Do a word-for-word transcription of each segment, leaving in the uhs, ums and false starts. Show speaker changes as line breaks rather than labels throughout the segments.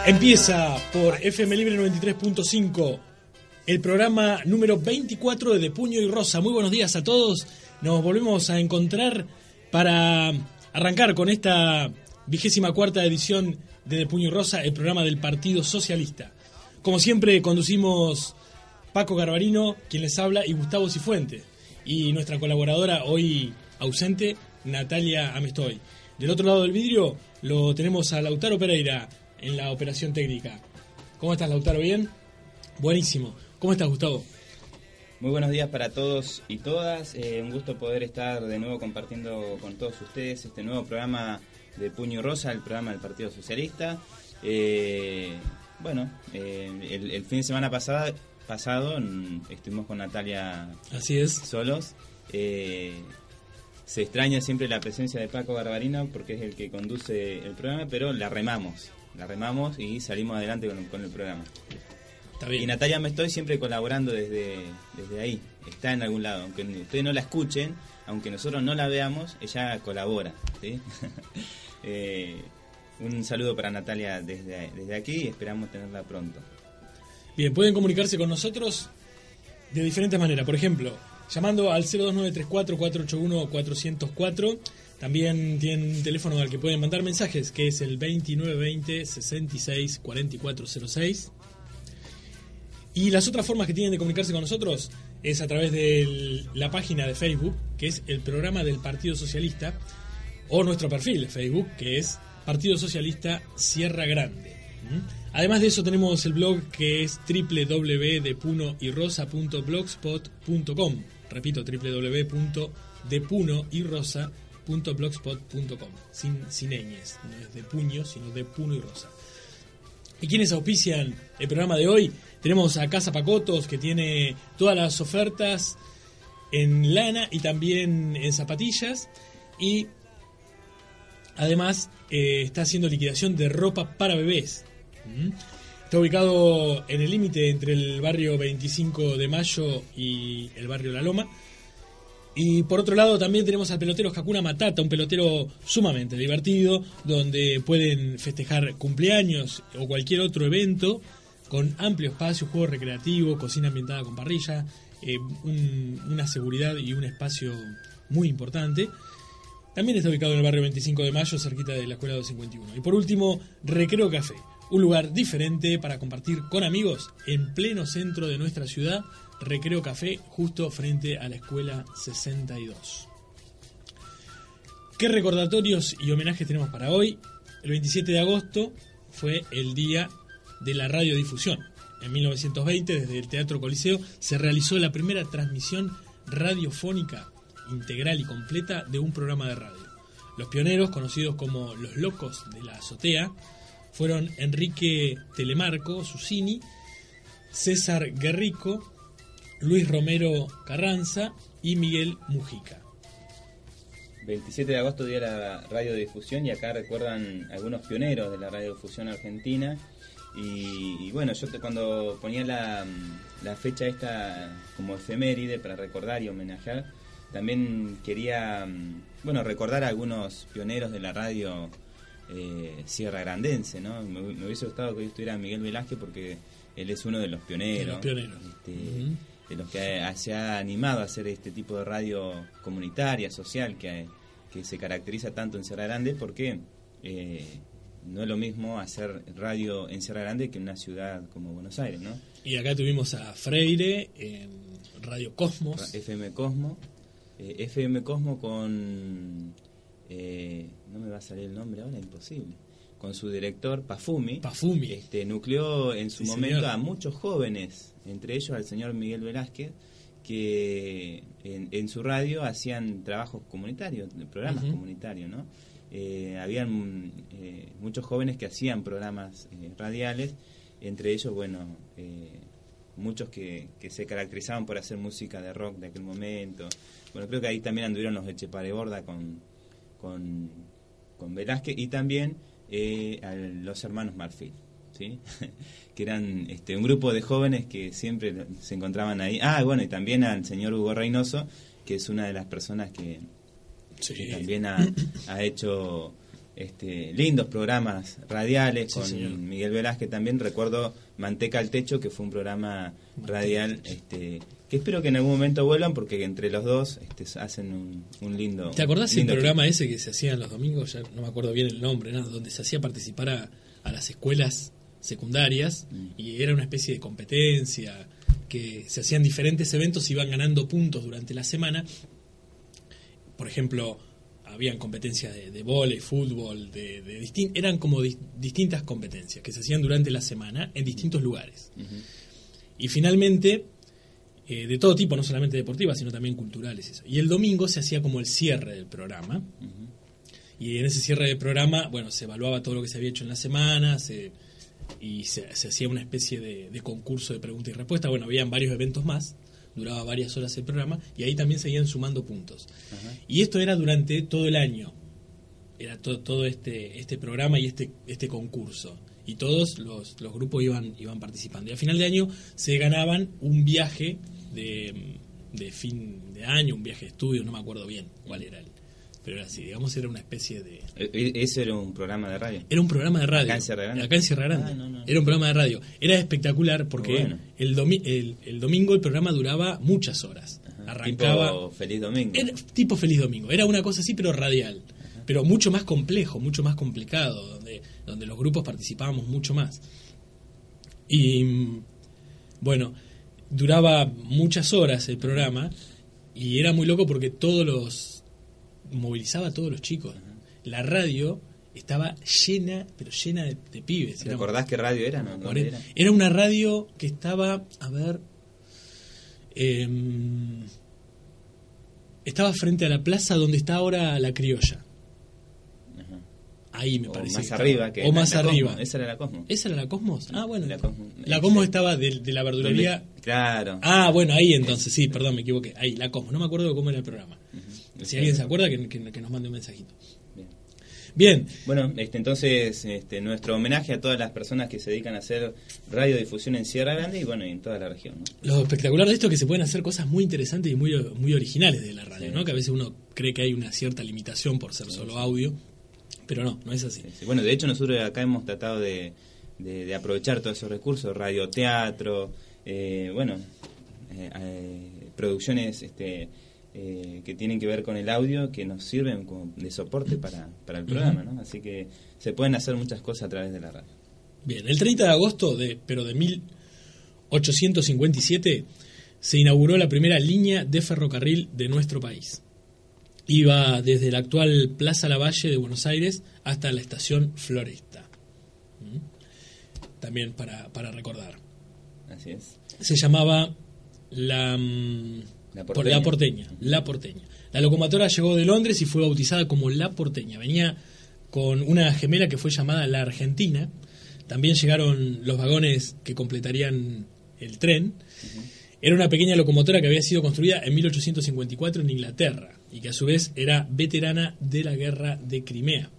Empieza por F M Libre noventa y tres punto cinco el programa número veinticuatro de De Puño y Rosa. Muy buenos días a todos. Nos volvemos a encontrar para arrancar con esta vigésima cuarta edición de De Puño y Rosa, el programa del Partido Socialista. Como siempre, conducimos Paco Garbarino, quien les habla, y Gustavo Cifuentes. Y nuestra colaboradora hoy ausente, Natalia Amestoy. Del otro lado del vidrio lo tenemos a Lautaro Pereira en la operación técnica. ¿Cómo estás, Lautaro? ¿Bien? Buenísimo. ¿Cómo estás, Gustavo?
Muy buenos días para todos y todas. Eh, un gusto poder estar de nuevo compartiendo con todos ustedes este nuevo programa de Puño y Rosa, el programa del Partido Socialista. Eh, bueno, eh, el, el fin de semana pasado, pasado estuvimos con Natalia.
Así es.
Solos. Eh, se extraña siempre la presencia de Paco Garbarino porque es el que conduce el programa, pero la remamos. La remamos y salimos adelante con, con el programa.
Está bien.
Y Natalia me estoy siempre colaborando desde, desde ahí. Está en algún lado. Aunque ustedes no la escuchen, aunque nosotros no la veamos, ella colabora, ¿sí? eh, un saludo para Natalia desde, desde aquí y esperamos tenerla pronto.
Bien, pueden comunicarse con nosotros de diferentes maneras. Por ejemplo, llamando al cero dos nueve tres cuatro, cuatro ocho uno, cuatro cero cuatro. También tienen un teléfono al que pueden mandar mensajes, que es el veintinueve veinte, sesenta y seis, cuarenta y cuatro cero seis. Y las otras formas que tienen de comunicarse con nosotros es a través de la página de Facebook, que es el programa del Partido Socialista, o nuestro perfil de Facebook, que es Partido Socialista Sierra Grande. Además de eso tenemos el blog, que es doble u doble u doble u punto de puno y rosa punto blogspot punto com. Repito, doble u doble u doble u punto de puno y rosa punto blogspot punto com. Sin, sin ñes, no es de puño, sino de puno y rosa. ¿Y quiénes auspician el programa de hoy? Tenemos a Casa Pacotos, que tiene todas las ofertas en lana y también en zapatillas. Y además eh, está haciendo liquidación de ropa para bebés. ¿Mm? Está ubicado en el límite entre el barrio veinticinco de mayo y el barrio La Loma. Y por otro lado también tenemos al pelotero Hakuna Matata, un pelotero sumamente divertido, donde pueden festejar cumpleaños o cualquier otro evento, con amplio espacio, juego recreativo, cocina ambientada con parrilla, eh, un, una seguridad y un espacio muy importante. También está ubicado en el barrio veinticinco de mayo, cerquita de la Escuela doscientos cincuenta y uno. Y por último, Recreo Café, un lugar diferente para compartir con amigos en pleno centro de nuestra ciudad. Recreo Café, justo frente a la Escuela sesenta y dos. ¿Qué recordatorios y homenajes tenemos para hoy? El veintisiete de agosto fue el día de la radiodifusión. En mil novecientos veinte, desde el Teatro Coliseo, se realizó la primera transmisión radiofónica integral y completa de un programa de radio. Los pioneros, conocidos como los Locos de la Azotea, fueron Enrique Telemarco Susini, César Guerrico, Luis Romero Carranza y Miguel Mujica.
veintisiete de agosto, día de la radiodifusión, y acá recuerdan algunos pioneros de la radiodifusión argentina. Y, y bueno, yo te, cuando ponía la, la fecha esta como efeméride para recordar y homenajear, también quería, bueno, recordar a algunos pioneros de la radio eh, sierra grandense, ¿no? Me, me hubiese gustado que hoy estuviera Miguel Velázquez porque él es uno de los pioneros.
De los pioneros.
Este,
uh-huh.
De los que ha, se ha animado a hacer este tipo de radio comunitaria, social, que, que se caracteriza tanto en Sierra Grande, porque eh, no es lo mismo hacer radio en Sierra Grande que en una ciudad como Buenos Aires, ¿no?
Y acá tuvimos a Freire en Radio Cosmos.
F M Cosmo. Eh, F M Cosmo con... Eh, no me va a salir el nombre ahora, imposible. Con su director Pafumi.
Pafumi.
Este, nucleó en su
sí,
momento
señor.
a muchos jóvenes, entre ellos al señor Miguel Velázquez, que en, en su radio hacían trabajos comunitarios, programas uh-huh. comunitarios, ¿no? Eh, habían eh, muchos jóvenes que hacían programas eh, radiales, entre ellos, bueno, eh, muchos que, que se caracterizaban por hacer música de rock de aquel momento. Bueno, creo que ahí también anduvieron los Echepareborda con, con, con Velázquez, y también eh, a los hermanos Marfil, ¿sí? Que eran este, un grupo de jóvenes que siempre se encontraban ahí. Ah, bueno, y también al señor Hugo Reynoso, que es una de las personas que, sí. que también ha, ha hecho este, lindos programas radiales,
sí,
con
señor.
Miguel Velázquez también. Recuerdo Manteca al Techo, que fue un programa
Manteca
radial este, que espero que en algún momento vuelvan, porque entre los dos este, hacen un, un lindo...
¿Te acordás el
lindo
programa
equipo.
ese que se hacía en los domingos? Ya no me acuerdo bien el nombre, ¿no? Donde se hacía participar a, a las escuelas secundarias
Mm.
y era una especie de competencia, que se hacían diferentes eventos y iban ganando puntos durante la semana. Por ejemplo, habían competencias de, de vóley, fútbol, de, de distin- eran como di- distintas competencias que se hacían durante la semana en distintos lugares.
Ujú.
Y finalmente, eh, de todo tipo, no solamente deportivas, sino también culturales. Eso. Y el domingo se hacía como el cierre del programa.
Ujú.
Y en ese cierre del programa, bueno, se evaluaba todo lo que se había hecho en la semana, se, y se, se hacía una especie de, de concurso de pregunta y respuesta. Bueno, habían varios eventos más, duraba varias horas el programa, y ahí también seguían sumando puntos.
Ajá.
Y esto era durante todo el año. Era to- todo este, este programa y este, este concurso. Y todos los, los grupos iban, iban participando. Y a final de año se ganaban un viaje de, de fin de año, un viaje de estudio, no me acuerdo bien cuál era el. Pero era así, digamos, era una especie de...
E- e- ¿Eso era un programa de radio?
Era un programa de radio.
¿Acá en Sierra Grande?
Acá en Sierra Grande.
Ah, no, no.
Era un programa de radio. Era espectacular porque
Bueno.
el, domi- el, el domingo el programa duraba muchas horas.
Ajá.
Arrancaba...
Tipo Feliz Domingo.
Era tipo Feliz Domingo. Era una cosa así, pero radial.
Ajá.
Pero mucho más complejo, mucho más complicado, donde, donde los grupos participábamos mucho más. Y mm, bueno, duraba muchas horas el programa y era muy loco porque todos los movilizaba a todos los chicos. La radio estaba llena, pero llena de, de pibes.
¿Te
Éramos
acordás qué radio era? ¿No? ¿Dónde
cuarenta.
era?
Era una radio que estaba, a ver, eh, estaba frente a la plaza donde está ahora La Criolla.
Ajá.
Ahí me
O
parece.
más
que estaba.
arriba. Que
o más
la
arriba.
Cosmo. Esa era la Cosmo.
¿Esa era la Cosmos? Ah, bueno.
La Cosmo.
La Cosmos estaba de, de la verdulería.
¿Dónde? Claro.
Ah, bueno, ahí entonces, sí, perdón, me equivoqué. Ahí, la Cosmos. No me acuerdo cómo era el programa.
Ujú.
Si alguien se acuerda, que, que- que nos mande un mensajito.
Bien.
Bien,
Bueno, este, entonces este, nuestro homenaje a todas las personas que se dedican a hacer radiodifusión en Sierra Grande y bueno, y en toda la región, ¿no?
lo espectacular de esto es que se pueden hacer cosas muy interesantes y muy, muy originales de la radio,
Sí.
¿no? Que a veces uno cree que hay una cierta limitación por ser solo audio, pero no, no es así.
Sí, sí. Bueno, de hecho nosotros acá hemos tratado de, de, de aprovechar todos esos recursos, radioteatro, eh, bueno, eh, eh, producciones este, eh, que tienen que ver con el audio que nos sirven como de soporte para, para el programa, ¿no? Así que se pueden hacer muchas cosas a través de la radio.
Bien, el treinta de agosto, de, pero de mil ochocientos cincuenta y siete, se inauguró la primera línea de ferrocarril de nuestro país. Iba desde la actual Plaza Lavalle de Buenos Aires hasta la estación Floresta. ¿Mm? También para, para recordar.
Así es.
Se llamaba la, mm,
La
por-
Porteña.
la Porteña. La Porteña. La locomotora llegó de Londres y fue bautizada como La Porteña. Venía con una gemela que fue llamada La Argentina. También llegaron los vagones que completarían el tren. Era una pequeña locomotora que había sido construida en mil ochocientos cincuenta y cuatro en Inglaterra y que a su vez era veterana de la guerra de Crimea.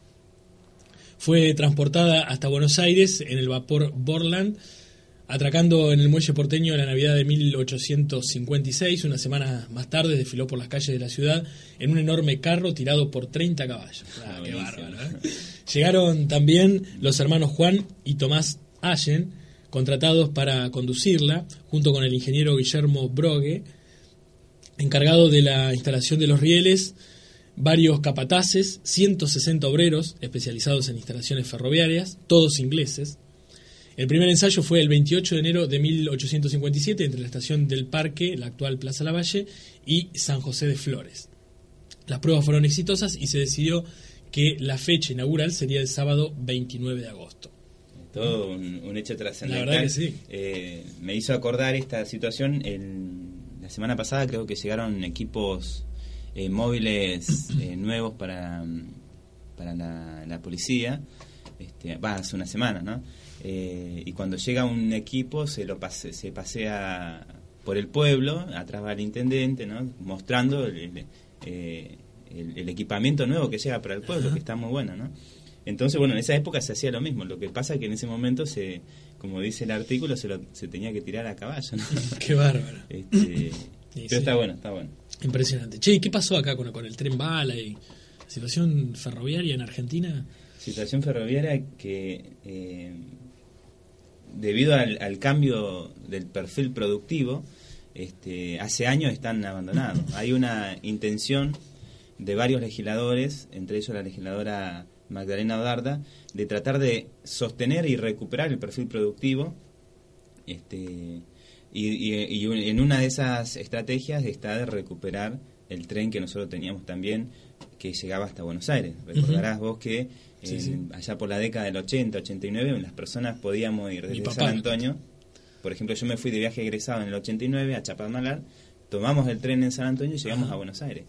Fue transportada hasta Buenos Aires en el vapor Borland, atracando en el muelle porteño en la Navidad de mil ochocientos cincuenta y seis. Una semana más tarde desfiló por las calles de la ciudad en un enorme carro tirado por treinta caballos. Ah, qué
Buenísimo.
bárbaro, ¿eh? Llegaron también los hermanos Juan y Tomás Allen, contratados para conducirla, junto con el ingeniero Guillermo Brogue, encargado de la instalación de los rieles, varios capataces, ciento sesenta obreros especializados en instalaciones ferroviarias, todos ingleses. El primer ensayo fue el veintiocho de enero de mil ochocientos cincuenta y siete entre la estación del Parque, la actual Plaza Lavalle, y San José de Flores. Las pruebas fueron exitosas y se decidió que la fecha inaugural sería el sábado veintinueve de agosto.
Todo un, un hecho trascendental.
La verdad que sí.
Eh, me hizo acordar esta situación. En, la semana pasada creo que llegaron equipos eh, móviles eh, nuevos para, para la, la policía. Este, va, hace una semana, ¿no? Eh, y cuando llega un equipo se lo pase, se pasea por el pueblo, atrás va el intendente, ¿no? Mostrando el, el, eh, el, el equipamiento nuevo que llega para el pueblo, que está muy bueno, ¿no? Entonces, bueno, en esa época se hacía lo mismo. Lo que pasa es que en ese momento, se, como dice el artículo, se, lo, se tenía que tirar a caballo, ¿no?
Qué bárbaro.
Este,
Sí,
pero
sí.
está bueno, está bueno.
Impresionante. Che, ¿qué pasó acá con, con el tren bala y la situación ferroviaria en Argentina?
situación ferroviaria que, eh, debido al, al cambio del perfil productivo, este, hace años están abandonados. Hay una intención de varios legisladores, entre ellos la legisladora Magdalena Odarda, de tratar de sostener y recuperar el perfil productivo. Este, y, y, y en una de esas estrategias está de recuperar el tren que nosotros teníamos también, que llegaba hasta Buenos Aires. Recordarás uh-huh. vos que sí, en, sí. allá por la década del ochenta, ochenta y nueve, las personas podíamos ir desde San Antonio. Por ejemplo, yo me fui de viaje egresado en el ochenta y nueve a Chapadmalal, tomamos el tren en San Antonio y llegamos uh-huh. a Buenos Aires.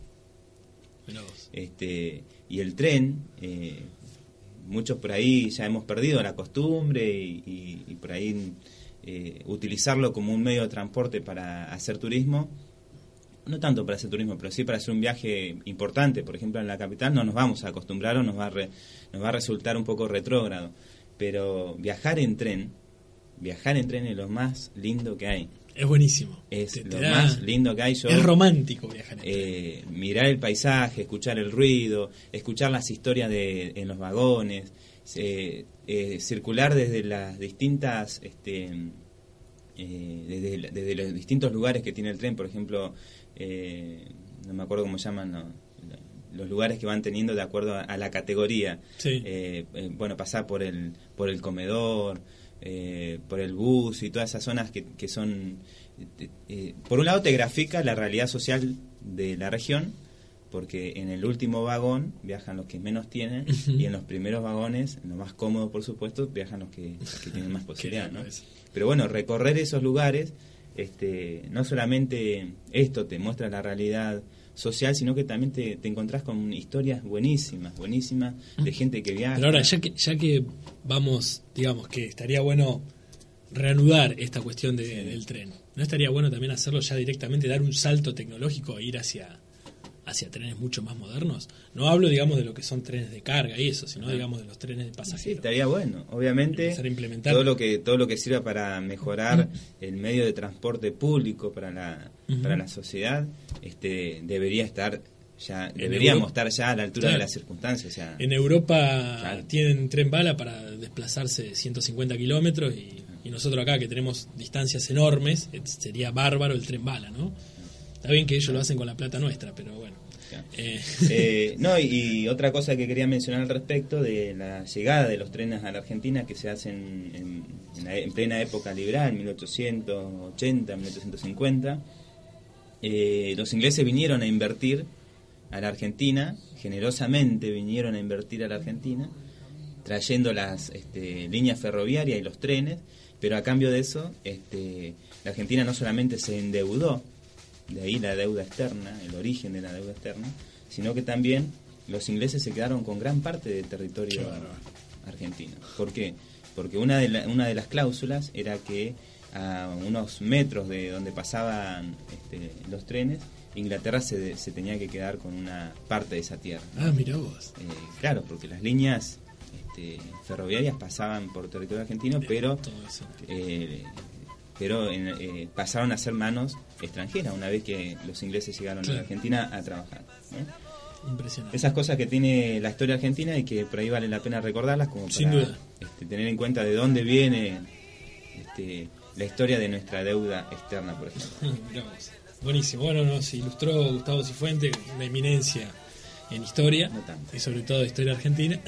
Este, y el tren, eh, muchos por ahí ya hemos perdido la costumbre y, y, y por ahí eh, utilizarlo como un medio de transporte para hacer turismo. No tanto para hacer turismo, pero sí para hacer un viaje importante, por ejemplo en la capital, no nos vamos a acostumbrar o nos va a, re, nos va a resultar un poco retrógrado. Pero viajar en tren, viajar en tren es lo más lindo que hay.
Es buenísimo.
Es
te,
lo
te da,
más lindo que hay. Yo,
es romántico viajar en
eh, tren. Mirar el paisaje, escuchar el ruido, escuchar las historias de, en los vagones, eh, eh, circular desde las distintas... Este, eh, desde, desde los distintos lugares que tiene el tren, por ejemplo... Eh, no me acuerdo cómo llaman no, los lugares que van teniendo de acuerdo a, a la categoría.
Sí.
Eh, eh, bueno, pasar por el por el comedor, eh, por el bus y todas esas zonas que, que son... Eh, eh, por un lado te grafica la realidad social de la región, porque en el último vagón viajan los que menos tienen y en los primeros vagones, en lo más cómodo por supuesto, viajan los que, los que tienen más posibilidad, ¿no? Pero bueno, recorrer esos lugares... Este, no solamente esto te muestra la realidad social, sino que también te, te encontrás con historias buenísimas, buenísimas, de gente que viaja.
Pero ahora, ya que, ya que vamos, digamos que estaría bueno reanudar esta cuestión de, sí. del tren, ¿no estaría bueno también hacerlo ya directamente, dar un salto tecnológico e ir hacia, hacia trenes mucho más modernos? No hablo, digamos, de lo que son trenes de carga y eso, sino, ah. digamos, de los trenes de pasajeros.
Sí, estaría bueno. Obviamente, todo lo que todo lo que sirva para mejorar uh-huh. el medio de transporte público para la uh-huh. para la sociedad, este debería estar ya en deberíamos Europa, estar ya a la altura claro. de las circunstancias. O sea,
en Europa claro. tienen tren bala para desplazarse ciento cincuenta kilómetros y, y nosotros acá que tenemos distancias enormes, sería bárbaro el tren bala, ¿no? Está bien que ellos lo hacen con la plata nuestra, pero bueno.
Eh. Eh, no, y, y otra cosa que quería mencionar al respecto de la llegada de los trenes a la Argentina, que se hacen en, en, la, en plena época liberal, mil ochocientos ochenta, mil ochocientos cincuenta. Eh, los ingleses vinieron a invertir a la Argentina, generosamente vinieron a invertir a la Argentina, trayendo las este, líneas ferroviarias y los trenes, pero a cambio de eso, este, la Argentina no solamente se endeudó, de ahí la deuda externa, el origen de la deuda externa, sino que también los ingleses se quedaron con gran parte del territorio claro. argentino. ¿Por qué? Porque una de, la, una de las cláusulas era que a unos metros de donde pasaban este, los trenes, Inglaterra se, se tenía que quedar con una parte de esa tierra.
Ah, mirá vos.
Eh, claro, porque las líneas este, ferroviarias pasaban por territorio argentino, pero... Eh, pero en, eh, pasaron a ser manos extranjeras una vez que los ingleses llegaron claro. a la Argentina a trabajar, ¿no?
Impresionante.
Esas cosas que tiene la historia argentina y que por ahí vale la pena recordarlas como
Sin
para
duda.
Este, tener en cuenta de dónde viene este, la historia de nuestra deuda externa, por ejemplo.
Buenísimo. Bueno, nos ilustró Gustavo Cifuentes, una eminencia en historia
no tanto.
Y sobre todo historia argentina.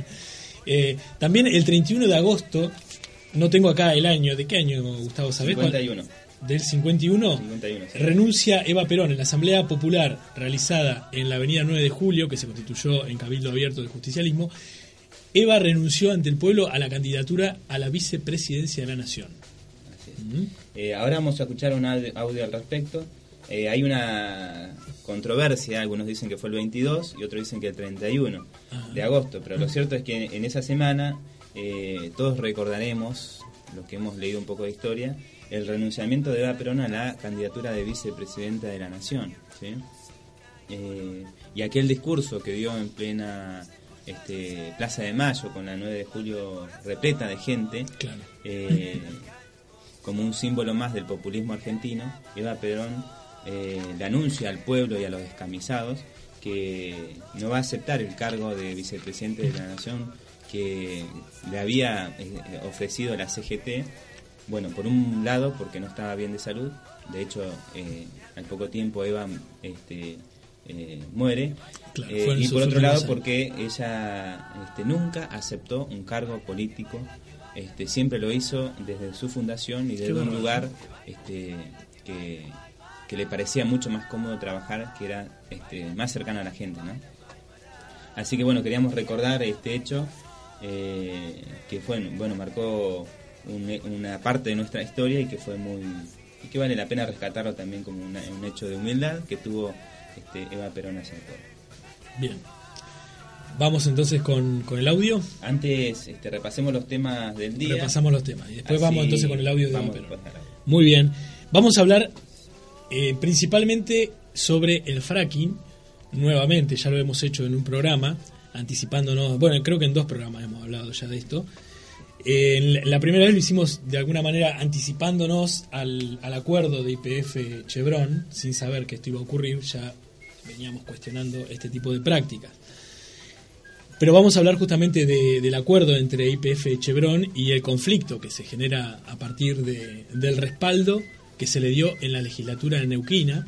eh, también el treinta y uno de agosto, no tengo acá el año. ¿De qué año, Gustavo? ¿Sabés?
cincuenta y uno.
¿Del cincuenta y uno?
cincuenta y uno, sí.
Renuncia Eva Perón en la Asamblea Popular realizada en la avenida nueve de julio, que se constituyó en Cabildo Abierto del Justicialismo. Eva renunció ante el pueblo a la candidatura a la vicepresidencia de la Nación.
Así es. ¿Mm? Eh, ahora vamos a escuchar un audio al respecto. Eh, hay una controversia, algunos dicen que fue el veintidós y otros dicen que el treinta y uno Ajá. de agosto, pero lo cierto es que en esa semana... Eh, todos recordaremos, los que hemos leído un poco de historia, el renunciamiento de Eva Perón a la candidatura de vicepresidenta de la Nación, ¿sí? Eh, y aquel discurso que dio en plena este, Plaza de Mayo, con la nueve de julio repleta de gente,
claro.
eh, como un símbolo más del populismo argentino, Eva Perón eh, le anuncia al pueblo y a los descamisados que no va a aceptar el cargo de vicepresidente de la Nación que le había eh, ofrecido la C G T, bueno, por un lado porque no estaba bien de salud, de hecho eh, al poco tiempo Eva este, eh, muere,
Claro,
eh, y por otro lado
años.
porque ella este, nunca aceptó un cargo político, este, siempre lo hizo desde su fundación y desde un lugar este, que, que le parecía mucho más cómodo trabajar, que era este, más cercano a la gente, ¿no? Así que bueno, queríamos recordar este hecho eh, que fue, bueno, marcó un, una parte de nuestra historia y que fue muy, y que vale la pena rescatarlo también como una, un hecho de humildad que tuvo este, Eva Perón hacia el pueblo.
Bien. Vamos entonces con, con el audio.
Antes este, repasemos los temas del día.
Repasamos los temas y después
Así,
vamos entonces con el audio de Eva
vamos
Perón.
después al audio.
Muy bien. Vamos a hablar eh, principalmente sobre el fracking. Nuevamente, ya lo hemos hecho en un programa, anticipándonos. Bueno, creo que en dos programas hemos hablado ya de esto. Eh, en la primera vez lo hicimos de alguna manera anticipándonos al, al acuerdo de Y P F Chevron, sin saber que esto iba a ocurrir. Ya veníamos cuestionando este tipo de prácticas. Pero vamos a hablar justamente de, del acuerdo entre Y P F Chevron y el conflicto que se genera a partir de, del respaldo que se le dio en la legislatura neuquina,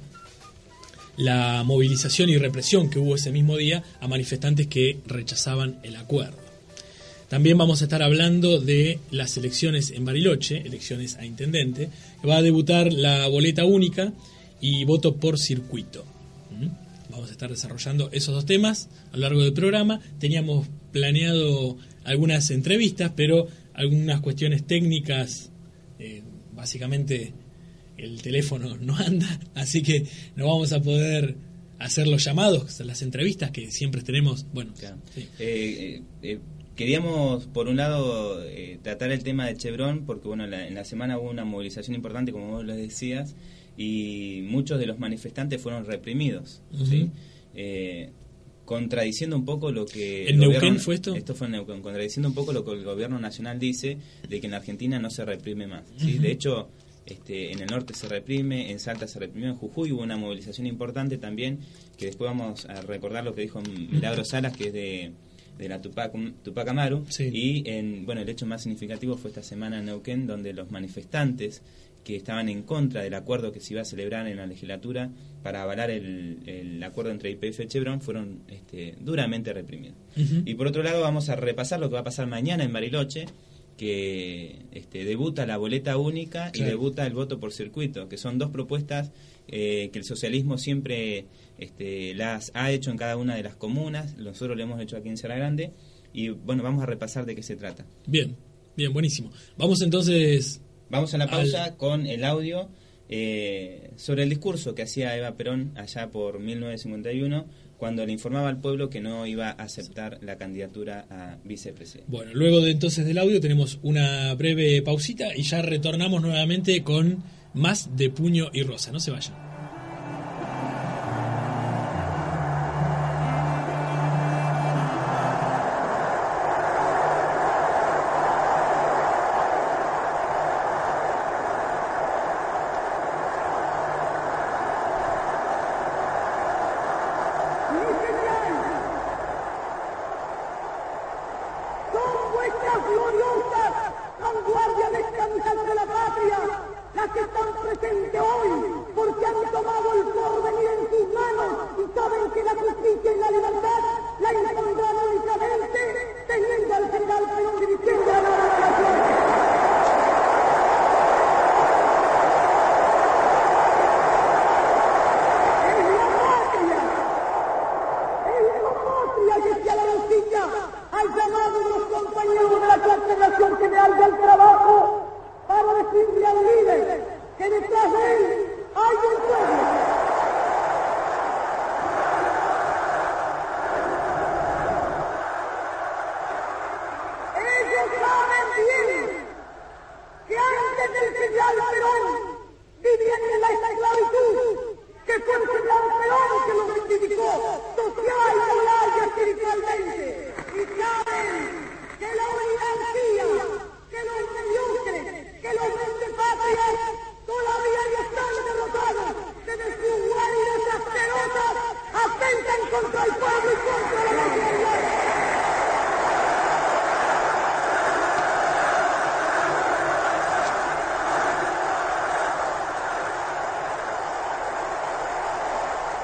la movilización y represión que hubo ese mismo día a manifestantes que rechazaban el acuerdo. También vamos a estar hablando de las elecciones en Bariloche, elecciones a intendente, que va a debutar la boleta única y voto por circuito. ¿Mm? Vamos a estar desarrollando esos dos temas a lo largo del programa. Teníamos planeado algunas entrevistas, pero algunas cuestiones técnicas, eh, básicamente el teléfono no anda, así que no vamos a poder hacer los llamados, las entrevistas que siempre tenemos. Bueno,
claro.
Sí.
Eh, eh, queríamos, por un lado, eh, tratar el tema de Chevron, porque bueno, la, en la semana hubo una movilización importante, como vos lo decías, y muchos de los manifestantes fueron reprimidos, uh-huh. ¿sí? Eh, contradiciendo un poco lo que...
¿En Neuquén gobierno, fue esto?
Esto fue en Neuquén, contradiciendo un poco lo que el gobierno nacional dice, de que en Argentina no se reprime más, ¿sí? Uh-huh. De hecho... Este, en el norte se reprime, en Salta se reprimió, en Jujuy hubo una movilización importante también, que después vamos a recordar lo que dijo Milagro Salas, que es de, de la Tupac, Tupac Amaru,
sí.
Y en, bueno, el hecho más significativo fue esta semana en Neuquén, donde los manifestantes que estaban en contra del acuerdo que se iba a celebrar en la legislatura para avalar el, el acuerdo entre Y P F y Chevron fueron este, duramente reprimidos. Uh-huh. Y por otro lado vamos a repasar lo que va a pasar mañana en Bariloche, que este, debuta la boleta única, claro, y debuta el voto por circuito, que son dos propuestas eh, que el socialismo siempre este, las ha hecho en cada una de las comunas. Nosotros lo hemos hecho aquí en Sierra Grande y bueno, vamos a repasar de qué se trata.
Bien, bien, buenísimo. Vamos entonces...
Vamos a la pausa
al...
con el audio eh, sobre el discurso que hacía Eva Perón allá por mil novecientos cincuenta y uno, cuando le informaba al pueblo que no iba a aceptar la candidatura a vicepresidente.
Bueno, luego de entonces del audio tenemos una breve pausita y ya retornamos nuevamente con más de Puño y Rosa. No se vayan.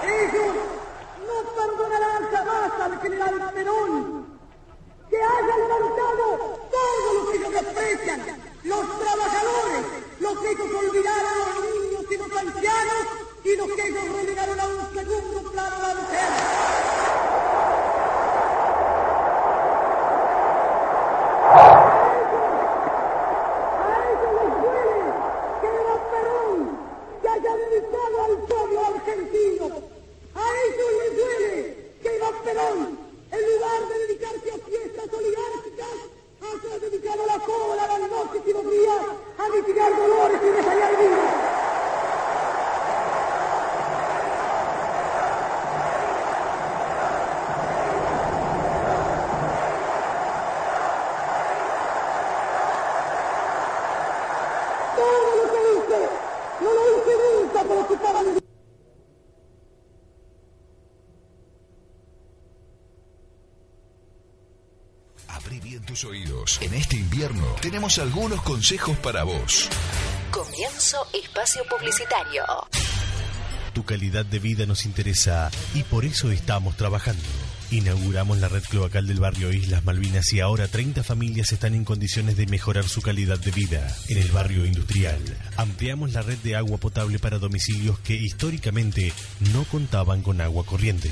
Ellos no perdonarán jamás al general Perón, que haya levantado todo lo que ellos desprecian, los trabajadores, los que ellos olvidaron a los niños y los ancianos, y los que ellos relegaron a un segundo plano a la mujer. A ellos les duele que Iván Perón, que haya dedicado al pueblo argentino, a ellos les duele que Iván Perón, en lugar de dedicarse a fiestas oligárquicas, haya dedicado la cola, las noches y los días a mitigar dolores y desallar vidas. Todo lo que hice, no lo hice nunca por ocupar a mi...
Abrí bien tus oídos. En este invierno tenemos algunos consejos para vos.
Comienzo espacio publicitario.
Tu calidad de vida nos interesa y por eso estamos trabajando. Inauguramos la red cloacal del barrio Islas Malvinas y ahora treinta familias están en condiciones de mejorar su calidad de vida. En el barrio industrial ampliamos la red de agua potable para domicilios que históricamente no contaban con agua corriente.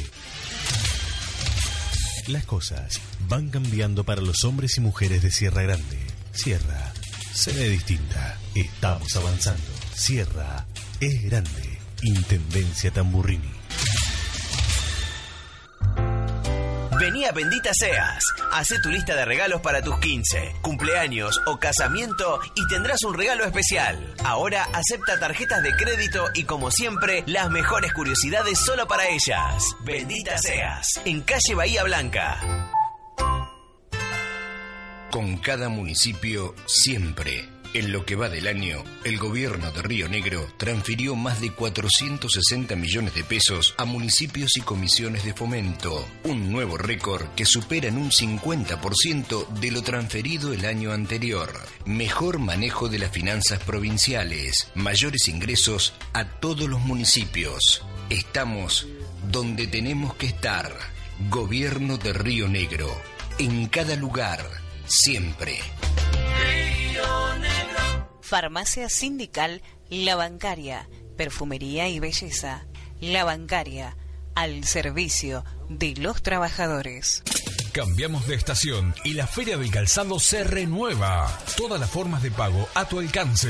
Las cosas van cambiando para los hombres y mujeres de Sierra Grande. Sierra se ve distinta. Estamos avanzando. Sierra es grande. Intendencia Tamburrini.
Vení a Bendita Seas. Hacé tu lista de regalos para tus quince, cumpleaños o casamiento y tendrás un regalo especial. Ahora acepta tarjetas de crédito y, como siempre, las mejores curiosidades solo para ellas. Bendita Seas, en calle Bahía Blanca.
Con cada municipio, siempre. En lo que va del año, el gobierno de Río Negro transfirió más de cuatrocientos sesenta millones de pesos a municipios y comisiones de fomento, un nuevo récord que supera en un cincuenta por ciento de lo transferido el año anterior. Mejor manejo de las finanzas provinciales, mayores ingresos a todos los municipios. Estamos donde tenemos que estar. Gobierno de Río Negro, en cada lugar, siempre.
Farmacia Sindical La Bancaria, perfumería y belleza. La Bancaria, al servicio de los trabajadores.
Cambiamos de estación y la Feria del Calzado se renueva. Todas las formas de pago a tu alcance.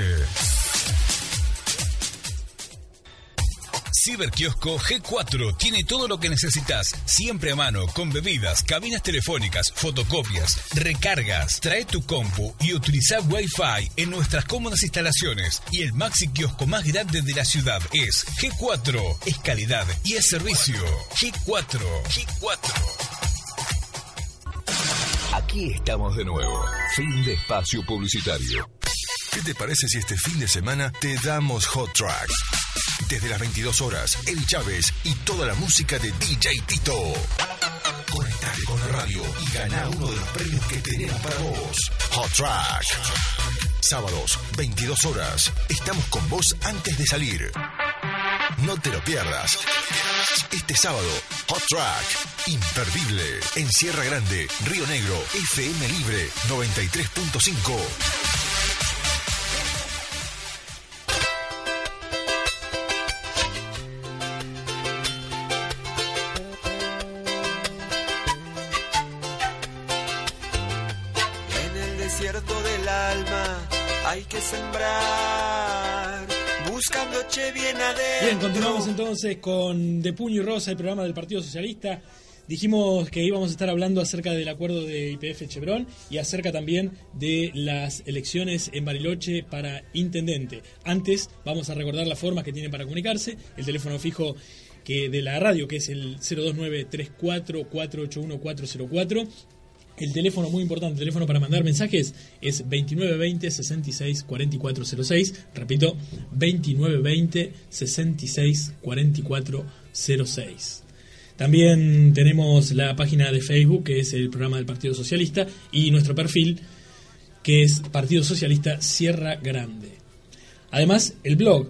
Ciberkiosco G cuatro tiene todo lo que necesitas, siempre a mano, con bebidas, cabinas telefónicas, fotocopias, recargas. Trae tu compu y utiliza Wi-Fi en nuestras cómodas instalaciones. Y el maxi kiosco más grande de la ciudad es G cuatro. Es calidad y es servicio. G cuatro. G cuatro.
Aquí estamos de nuevo. Fin de espacio publicitario. ¿Qué te parece si este fin de semana te damos Hot Tracks? Desde las veintidós horas, Eli Chávez y toda la música de D J Tito. Conectate con la radio y gana uno de los premios que tenemos para vos. Hot Track. Sábados, veintidós horas. Estamos con vos antes de salir. No te lo pierdas. Este sábado, Hot Track. Imperdible. En Sierra Grande, Río Negro, F M Libre, noventa y tres punto cinco.
Hay que sembrar, buscando che bien adentro.
Bien, continuamos entonces con De Puño y Rosa, el programa del Partido Socialista. Dijimos que íbamos a estar hablando acerca del acuerdo de Y P F Chevron y acerca también de las elecciones en Bariloche para intendente. Antes vamos a recordar las formas que tienen para comunicarse. El teléfono fijo que de la radio, que es el cero dos nueve tres cuatro cuatro ocho uno cuatro cero cuatro. El teléfono, muy importante, el teléfono para mandar mensajes es veintinueve veinte sesenta y seis cuarenta y cuatro cero seis. Repito, veintinueve veinte sesenta y seis cuarenta y cuatro cero seis. También tenemos la página de Facebook, que es el programa del Partido Socialista, y nuestro perfil, que es Partido Socialista Sierra Grande. Además, el blog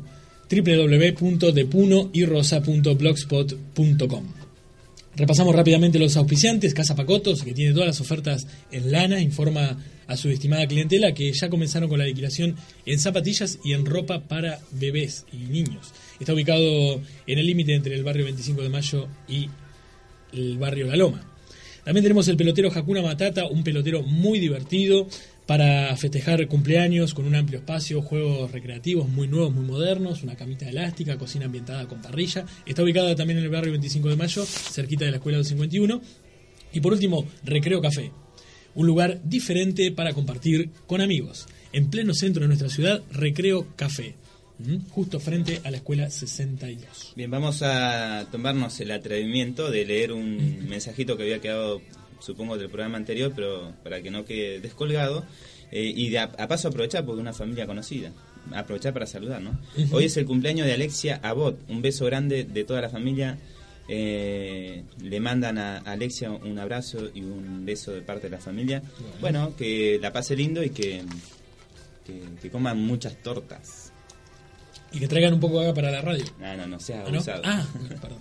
doble u doble u doble u punto depuno y rosa punto blogspot punto com. Repasamos rápidamente los auspiciantes. Casa Pacotos, que tiene todas las ofertas en lana, informa a su estimada clientela que ya comenzaron con la liquidación en zapatillas y en ropa para bebés y niños. Está ubicado en el límite entre el barrio veinticinco de mayo y el barrio La Loma. También tenemos el pelotero Hakuna Matata, un pelotero muy divertido para festejar cumpleaños, con un amplio espacio, juegos recreativos muy nuevos, muy modernos, una camita elástica, cocina ambientada con parrilla. Está ubicada también en el barrio veinticinco de mayo, cerquita de la Escuela dos cincuenta y uno. Y por último, Recreo Café, un lugar diferente para compartir con amigos. En pleno centro de nuestra ciudad, Recreo Café, justo frente a la Escuela sesenta y dos.
Bien, vamos a tomarnos el atrevimiento de leer un mensajito que había quedado, supongo, del programa anterior, pero para que no quede descolgado, eh, y de a, a paso aprovechar porque es una familia conocida, aprovechar para saludar, ¿no? Uh-huh. Hoy es el cumpleaños de Alexia Abot, un beso grande de toda la familia. Eh, le mandan a Alexia un abrazo y un beso de parte de la familia. Uh-huh. Bueno, que la pase lindo y que, que, que coman muchas tortas.
Y que traigan un poco de agua para la radio.
No, no, no seas
¿Ah, no?
abusado.
Ah, perdón.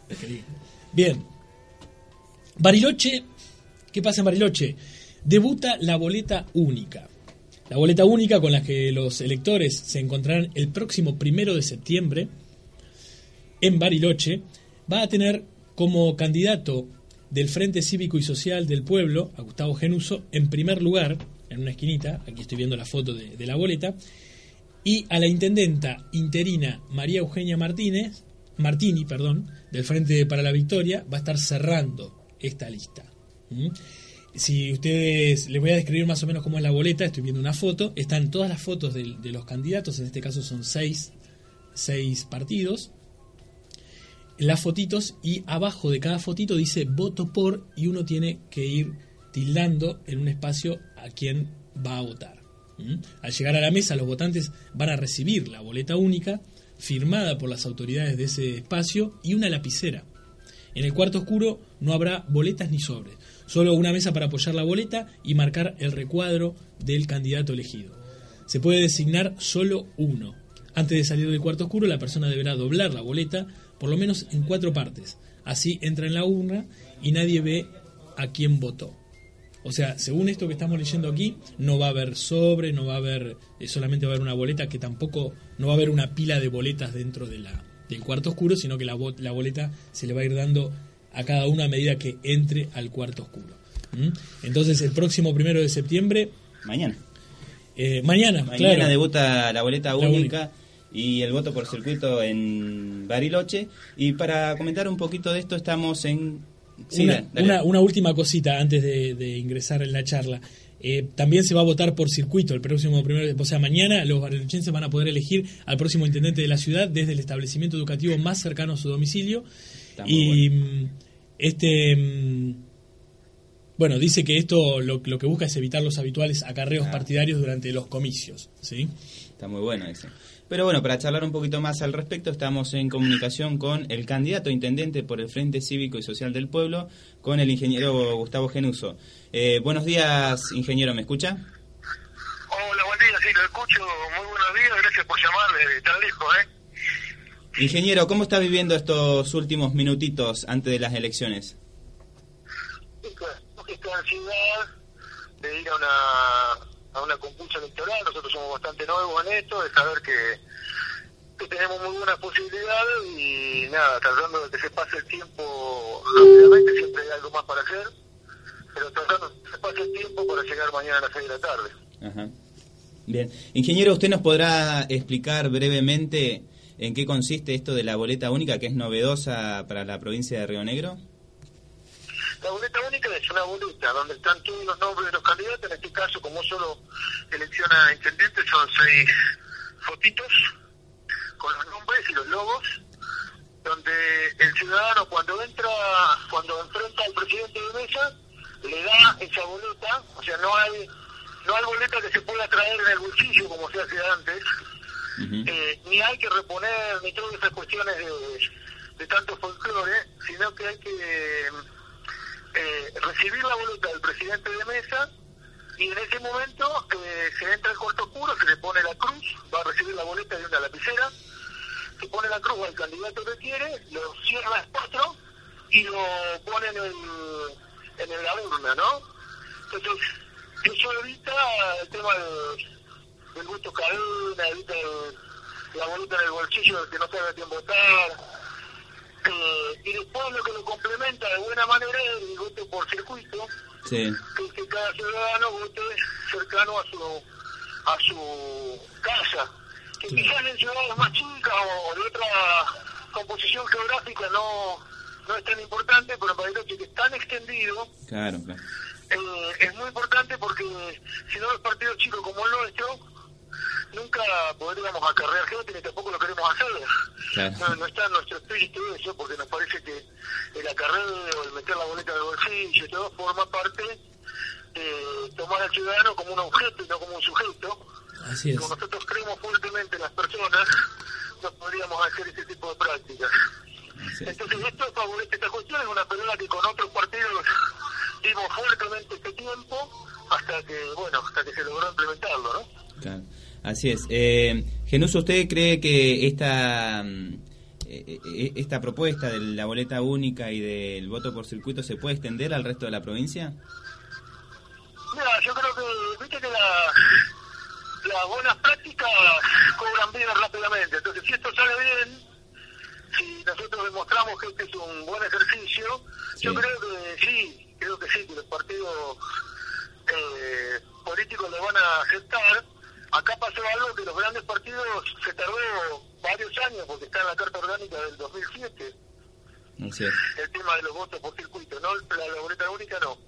Bien. Bariloche, ¿qué pasa en Bariloche? Debuta la boleta única. La boleta única con la que los electores se encontrarán el próximo primero de septiembre en Bariloche va a tener como candidato del Frente Cívico y Social del Pueblo a Gustavo Genuso en primer lugar, en una esquinita, aquí estoy viendo la foto de, de la boleta, y a la intendenta interina María Eugenia Martínez, Martini, perdón, del Frente para la Victoria, va a estar cerrando esta lista. ¿Mm? Si ustedes, les voy a describir más o menos cómo es la boleta, estoy viendo una foto, están todas las fotos de, de los candidatos, en este caso son seis, seis partidos, las fotitos, y abajo de cada fotito dice voto por, y uno tiene que ir tildando en un espacio a quién va a votar. ¿Mm? Al llegar a la mesa, los votantes van a recibir la boleta única firmada por las autoridades de ese espacio y una lapicera. En el cuarto oscuro no habrá boletas ni sobres, solo una mesa para apoyar la boleta y marcar el recuadro del candidato elegido. Se puede designar solo uno. Antes de salir del cuarto oscuro, la persona deberá doblar la boleta por lo menos en cuatro partes. Así entra en la urna y nadie ve a quién votó. O sea, según esto que estamos leyendo aquí, no va a haber sobre, no va a haber, eh, solamente va a haber una boleta, que tampoco, no va a haber una pila de boletas dentro de la, del cuarto oscuro, sino que la, la boleta se le va a ir dando a cada uno a medida que entre al cuarto oscuro. ¿Mm? Entonces, el próximo primero de septiembre...
Mañana.
Eh, mañana,
Mañana
claro.
debuta la boleta
La
única,
única
y el voto por circuito en Bariloche. Y para comentar un poquito de esto, estamos en... Sí,
una,
dale, dale.
Una, una última cosita antes de, de ingresar en la charla. Eh, también se va a votar por circuito el próximo primero, o sea, mañana los barilochenses van a poder elegir al próximo intendente de la ciudad desde el establecimiento educativo más cercano a su domicilio. Y bueno. este bueno, dice que esto lo, lo que busca es evitar los habituales acarreos ah. partidarios durante los comicios, ¿sí?
Está muy bueno eso. Pero bueno, para charlar un poquito más al respecto, estamos en comunicación con el candidato a intendente por el Frente Cívico y Social del Pueblo, con el ingeniero Gustavo Genuso. Eh, buenos días, ingeniero, ¿me escucha?
Hola, buen día, sí, lo escucho. Muy buenos días, gracias por llamar desde tan lejos, ¿eh?
Ingeniero, ¿cómo está viviendo estos últimos minutitos antes de las elecciones?
Esta ansiedad de ir a una... a una compulsa electoral. Nosotros somos bastante nuevos en esto, de saber que, que tenemos muy buenas posibilidades y nada, tratando de que se pase el tiempo rápidamente, siempre hay algo más para hacer, pero tratando de que se pase el tiempo para llegar mañana a las seis de la tarde.
Ajá. Bien. Ingeniero, ¿usted nos podrá explicar brevemente en qué consiste esto de la boleta única, que es novedosa para la provincia de Río Negro?
La boleta única es una boleta donde están todos los nombres de los candidatos. En este caso, como solo elecciona intendente, son seis fotitos con los nombres y los logos, donde el ciudadano cuando entra, cuando enfrenta al presidente de mesa, le da esa boleta. O sea, no hay no hay boleta que se pueda traer en el bolsillo como se hace antes, uh-huh. eh, ni hay que reponer ni todas esas cuestiones de, de tanto folclore, sino que hay que Eh, recibir la boleta del presidente de mesa y en ese momento eh, se entra al cuarto oscuro, se le pone la cruz, va a recibir la boleta de una lapicera que pone la cruz al candidato que quiere, lo cierra el cuatro y lo pone en, el, en la urna, ¿no? Entonces, eso evita el tema de, del voto cadena, evita el, la boleta en el bolsillo del que no sabe a quién votar. Eh, y después lo que lo complementa de buena manera es el voto por circuito,
sí.
que es que cada ciudadano vote cercano a su a su casa, que sí. Quizás en ciudades más chicas o, o de otra composición geográfica no no es tan importante, pero en Bariloche, que es tan extendido,
claro, claro.
Eh, es muy importante porque si no, los partidos chicos como el nuestro nunca podríamos acarrear gente ni tampoco lo queremos hacer. Claro. No, no está en nuestro espíritu eso, porque nos parece que el acarreo, el meter la boleta en el bolsillo y todo forma parte de tomar al ciudadano como un objeto y no como un sujeto.
Así es.
Como nosotros creemos fuertemente en las personas, no podríamos hacer ese tipo de prácticas. Entonces esto favorece esta cuestión, es una pelea que con otros partidos dimos fuertemente este tiempo hasta que, bueno, hasta que se logró implementarlo, ¿no?
Claro. Así es. Eh, Genuso, ¿usted cree que esta eh, esta propuesta de la boleta única y del voto por circuito se puede extender al resto de la provincia?
Mira, yo creo que, viste que la, las buenas prácticas cobran vida rápidamente. Entonces, si esto sale bien, si nosotros demostramos que este es un buen ejercicio, sí. Yo creo que sí, creo que sí, que los partidos eh, políticos lo van a aceptar. Acá pasó algo que los grandes partidos se tardó varios años, porque está en la Carta Orgánica del dos mil siete.
Así es.
El tema de los votos por circuito, ¿no? La, la boleta única no.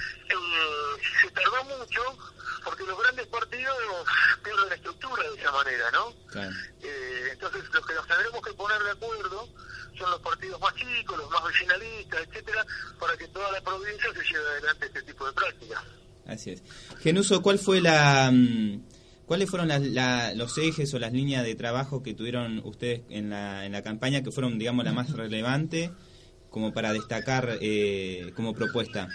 Eh, se tardó mucho porque los grandes partidos pierden estructura de esa manera, ¿no?
Claro.
Eh, entonces, los que nos tendremos que poner de acuerdo son los partidos más chicos, los más vecinalistas, etcétera, para que toda la provincia se lleve adelante este tipo de prácticas.
Así es. Genuso, ¿cuál fue la... ¿Cuáles fueron la, la, los ejes o las líneas de trabajo que tuvieron ustedes en la, en la campaña que fueron, digamos, la más relevante como para destacar eh, como propuesta?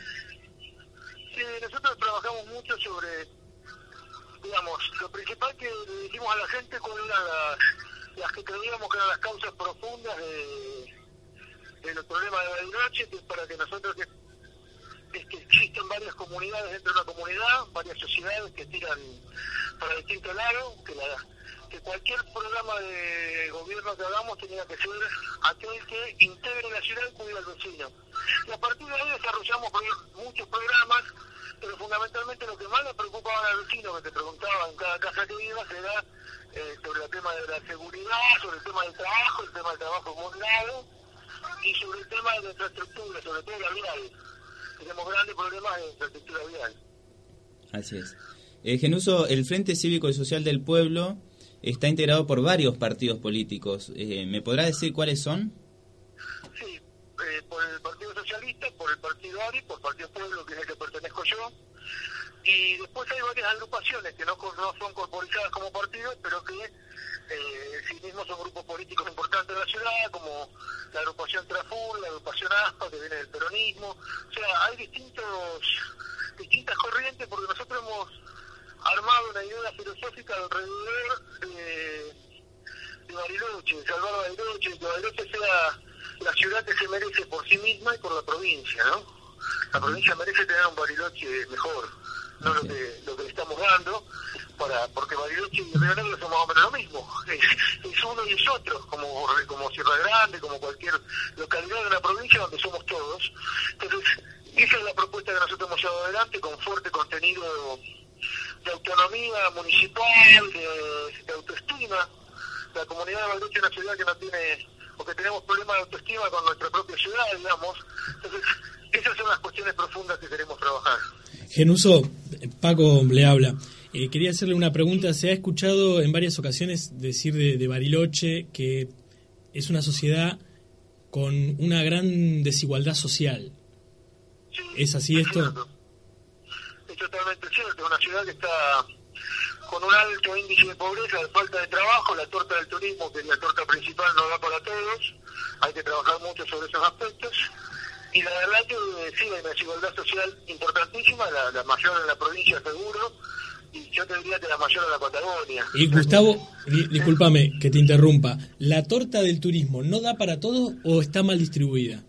Sí, nosotros trabajamos mucho sobre, digamos, lo principal que le dijimos a la gente cuáles eran las, las que creíamos que eran las causas profundas de, de los problemas de Bariloche, que es para que nosotros, que, es que existen varias comunidades dentro de una comunidad, varias sociedades que tiran para distintos lados, que, la, que cualquier programa de gobierno que hagamos tenía que ser aquel que integre la ciudad y cuide al vecino. Y a partir de ahí desarrollamos pro, muchos programas, pero fundamentalmente lo que más le preocupaba al vecino, que te preguntaba en cada casa que ibas, era eh, sobre el tema de la seguridad, sobre el tema del trabajo, el tema del trabajo moderado, y sobre el tema de la infraestructura, sobre todo la vial. Tenemos grandes problemas de infraestructura vial.
Así es. Eh, Genuso, el Frente Cívico y Social del Pueblo está integrado por varios partidos políticos. Eh, ¿Me podrá decir cuáles son?
Sí, eh, por el Partido Socialista, por el Partido ARI, por el Partido Pueblo, que es el que pertenezco yo. Y después hay varias agrupaciones que no, no son corporizadas como partidos, pero que eh, sí mismos son grupos políticos importantes de la ciudad, como la agrupación Traful, la agrupación ASPA, que viene del peronismo. O sea, hay distintos distintas corrientes, porque nosotros hemos armado una idea filosófica alrededor de, de Bariloche, de salvar Bariloche, que Bariloche sea la ciudad que se merece por sí misma y por la provincia, ¿no? La provincia merece tener un Bariloche mejor, no lo que lo que le estamos dando, para porque Bariloche y Río Negro son más o menos lo mismo, es, es uno y es otro, como, como Sierra Grande, como cualquier localidad de la provincia donde somos todos. Entonces, esa es la propuesta que nosotros hemos llevado adelante, con fuerte contenido de autonomía municipal, de, de autoestima. La comunidad de Bariloche es una ciudad que no tiene, o que tenemos problemas de autoestima con nuestra propia ciudad, digamos. Entonces, esas son las cuestiones profundas que queremos trabajar.
Genuso, Paco le habla. Eh, quería hacerle una pregunta. Se ha escuchado en varias ocasiones decir de, de Bariloche que es una sociedad con una gran desigualdad social.
Sí,
¿Es así
es
esto?
Cierto. Es totalmente cierto. Es una ciudad que está con un alto índice de pobreza, de falta de trabajo. La torta del turismo, que es la torta principal, no da para todos. Hay que trabajar mucho sobre esos aspectos. Y la verdad que sí, hay una desigualdad social importantísima, la, la mayor en la provincia seguro, y yo te diría que la mayor de la Patagonia.
Y Gustavo, di- discúlpame que te interrumpa, ¿la torta del turismo no da para todos o está mal distribuida?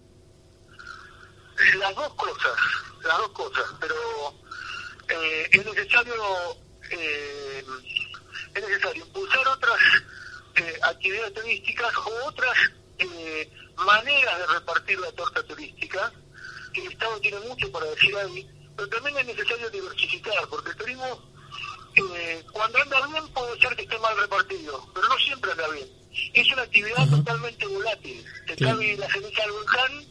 Las dos cosas, las dos cosas, pero eh, es necesario eh, es necesario impulsar otras eh, actividades turísticas o otras eh, maneras de repartir la torta turística, que el Estado tiene mucho para decir ahí, pero también es necesario diversificar, porque el turismo eh, cuando anda bien puede ser que esté mal repartido, pero no siempre anda bien. Es una actividad Ajá. totalmente volátil, te claro. cabe la ceniza al volcán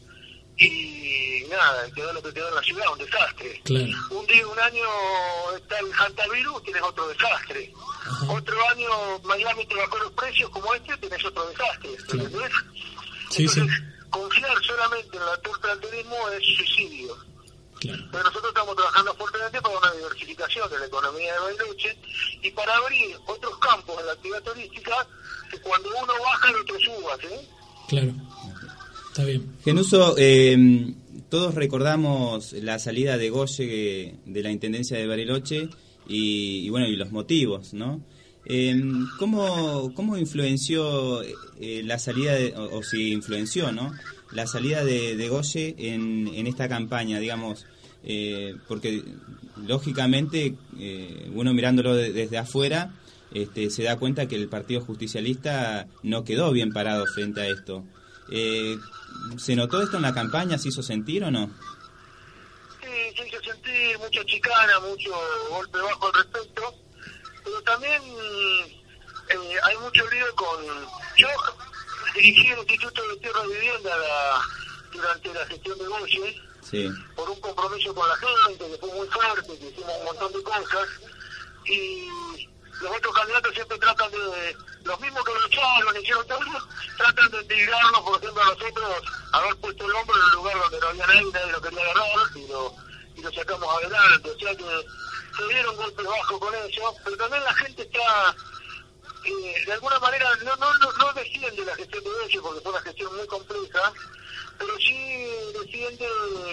y nada, quedó lo que quedó en la ciudad, un desastre.
Claro.
Un día, un año está el hantavirus, tienes otro desastre. Ajá. Otro año Miami te bajó los precios como este, tenés otro desastre.
Claro.
¿Entendés?
Sí,
Entonces,
sí.
confiar solamente en la torta del turismo es suicidio.
Claro.
Pero nosotros estamos trabajando fuertemente para una diversificación de la economía de Bariloche y para abrir otros campos en la actividad turística que cuando uno baja el otro suba, ¿sí?
Claro. Está bien.
Genuso, eh, todos recordamos la salida de Goye de la Intendencia de Bariloche y, y bueno, y los motivos, ¿no? Eh, ¿cómo, ¿Cómo influenció eh, la salida, de, o, o si influenció, ¿no? La salida de, de Goye en, en esta campaña, digamos, eh, porque lógicamente eh, uno mirándolo de, desde afuera este, se da cuenta que el Partido Justicialista no quedó bien parado frente a esto. Eh, ¿Se notó esto en la campaña? ¿Se hizo sentir o no?
Sí, se hizo sentir mucha chicana, mucho golpe bajo al respecto, pero también eh, hay mucho lío con... Yo dirigí el Instituto de Tierra y Vivienda la, durante la gestión de Goye,
sí.
por un compromiso con la gente, que fue muy fuerte, que hicimos un montón de cosas, y los otros candidatos siempre tratan de, los mismos que lo echaron, hicieron todo, tratan de integrarnos, por ejemplo, a nosotros, haber puesto el hombro en un lugar donde no había nadie, nadie lo quería agarrar, y lo, y lo sacamos adelante, o sea que se dieron golpes bajos con eso, pero también la gente está, eh, de alguna manera, no, no, no, no defiende la gestión de Goye, porque fue una gestión muy compleja, pero sí defiende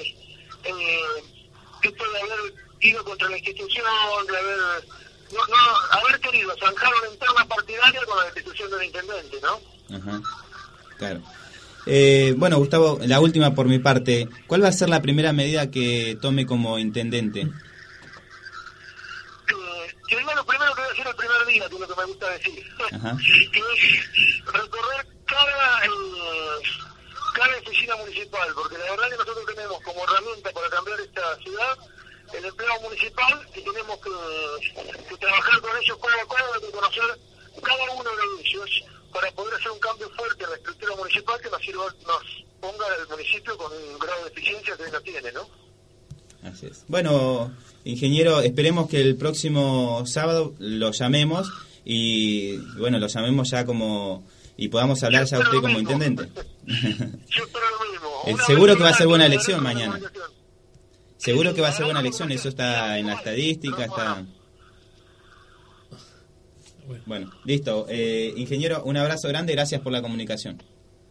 eh, esto de haber ido contra la institución, de haber... No, no, haber querido zanjar una interna partidaria con la destitución del intendente, ¿no?
Ajá, claro. Eh, bueno, Gustavo, la última por mi parte. ¿Cuál va a ser la primera medida que tome como intendente?
Eh, que diga lo primero que voy a hacer el primer día, que es lo que me gusta decir.
Ajá.
Que es recorrer cada, eh, cada oficina municipal, porque la verdad que nosotros tenemos como herramienta para cambiar esta ciudad el empleo municipal y tenemos que, que trabajar con ellos codo a codo, hay que conocer cada uno de ellos para poder hacer un cambio fuerte en la estructura municipal que nos sirva, nos ponga el municipio con un grado de eficiencia que hoy no tiene, ¿no?
Así es. Bueno, ingeniero, esperemos que el próximo sábado lo llamemos y bueno, lo llamemos ya como y podamos hablar ya usted como intendente.
Yo espero lo mismo.
Seguro que va a ser buena elección mañana. Seguro que va a ser buena elección, eso está en la estadística, está... Bueno, listo. Eh, ingeniero, un abrazo grande, gracias por la comunicación.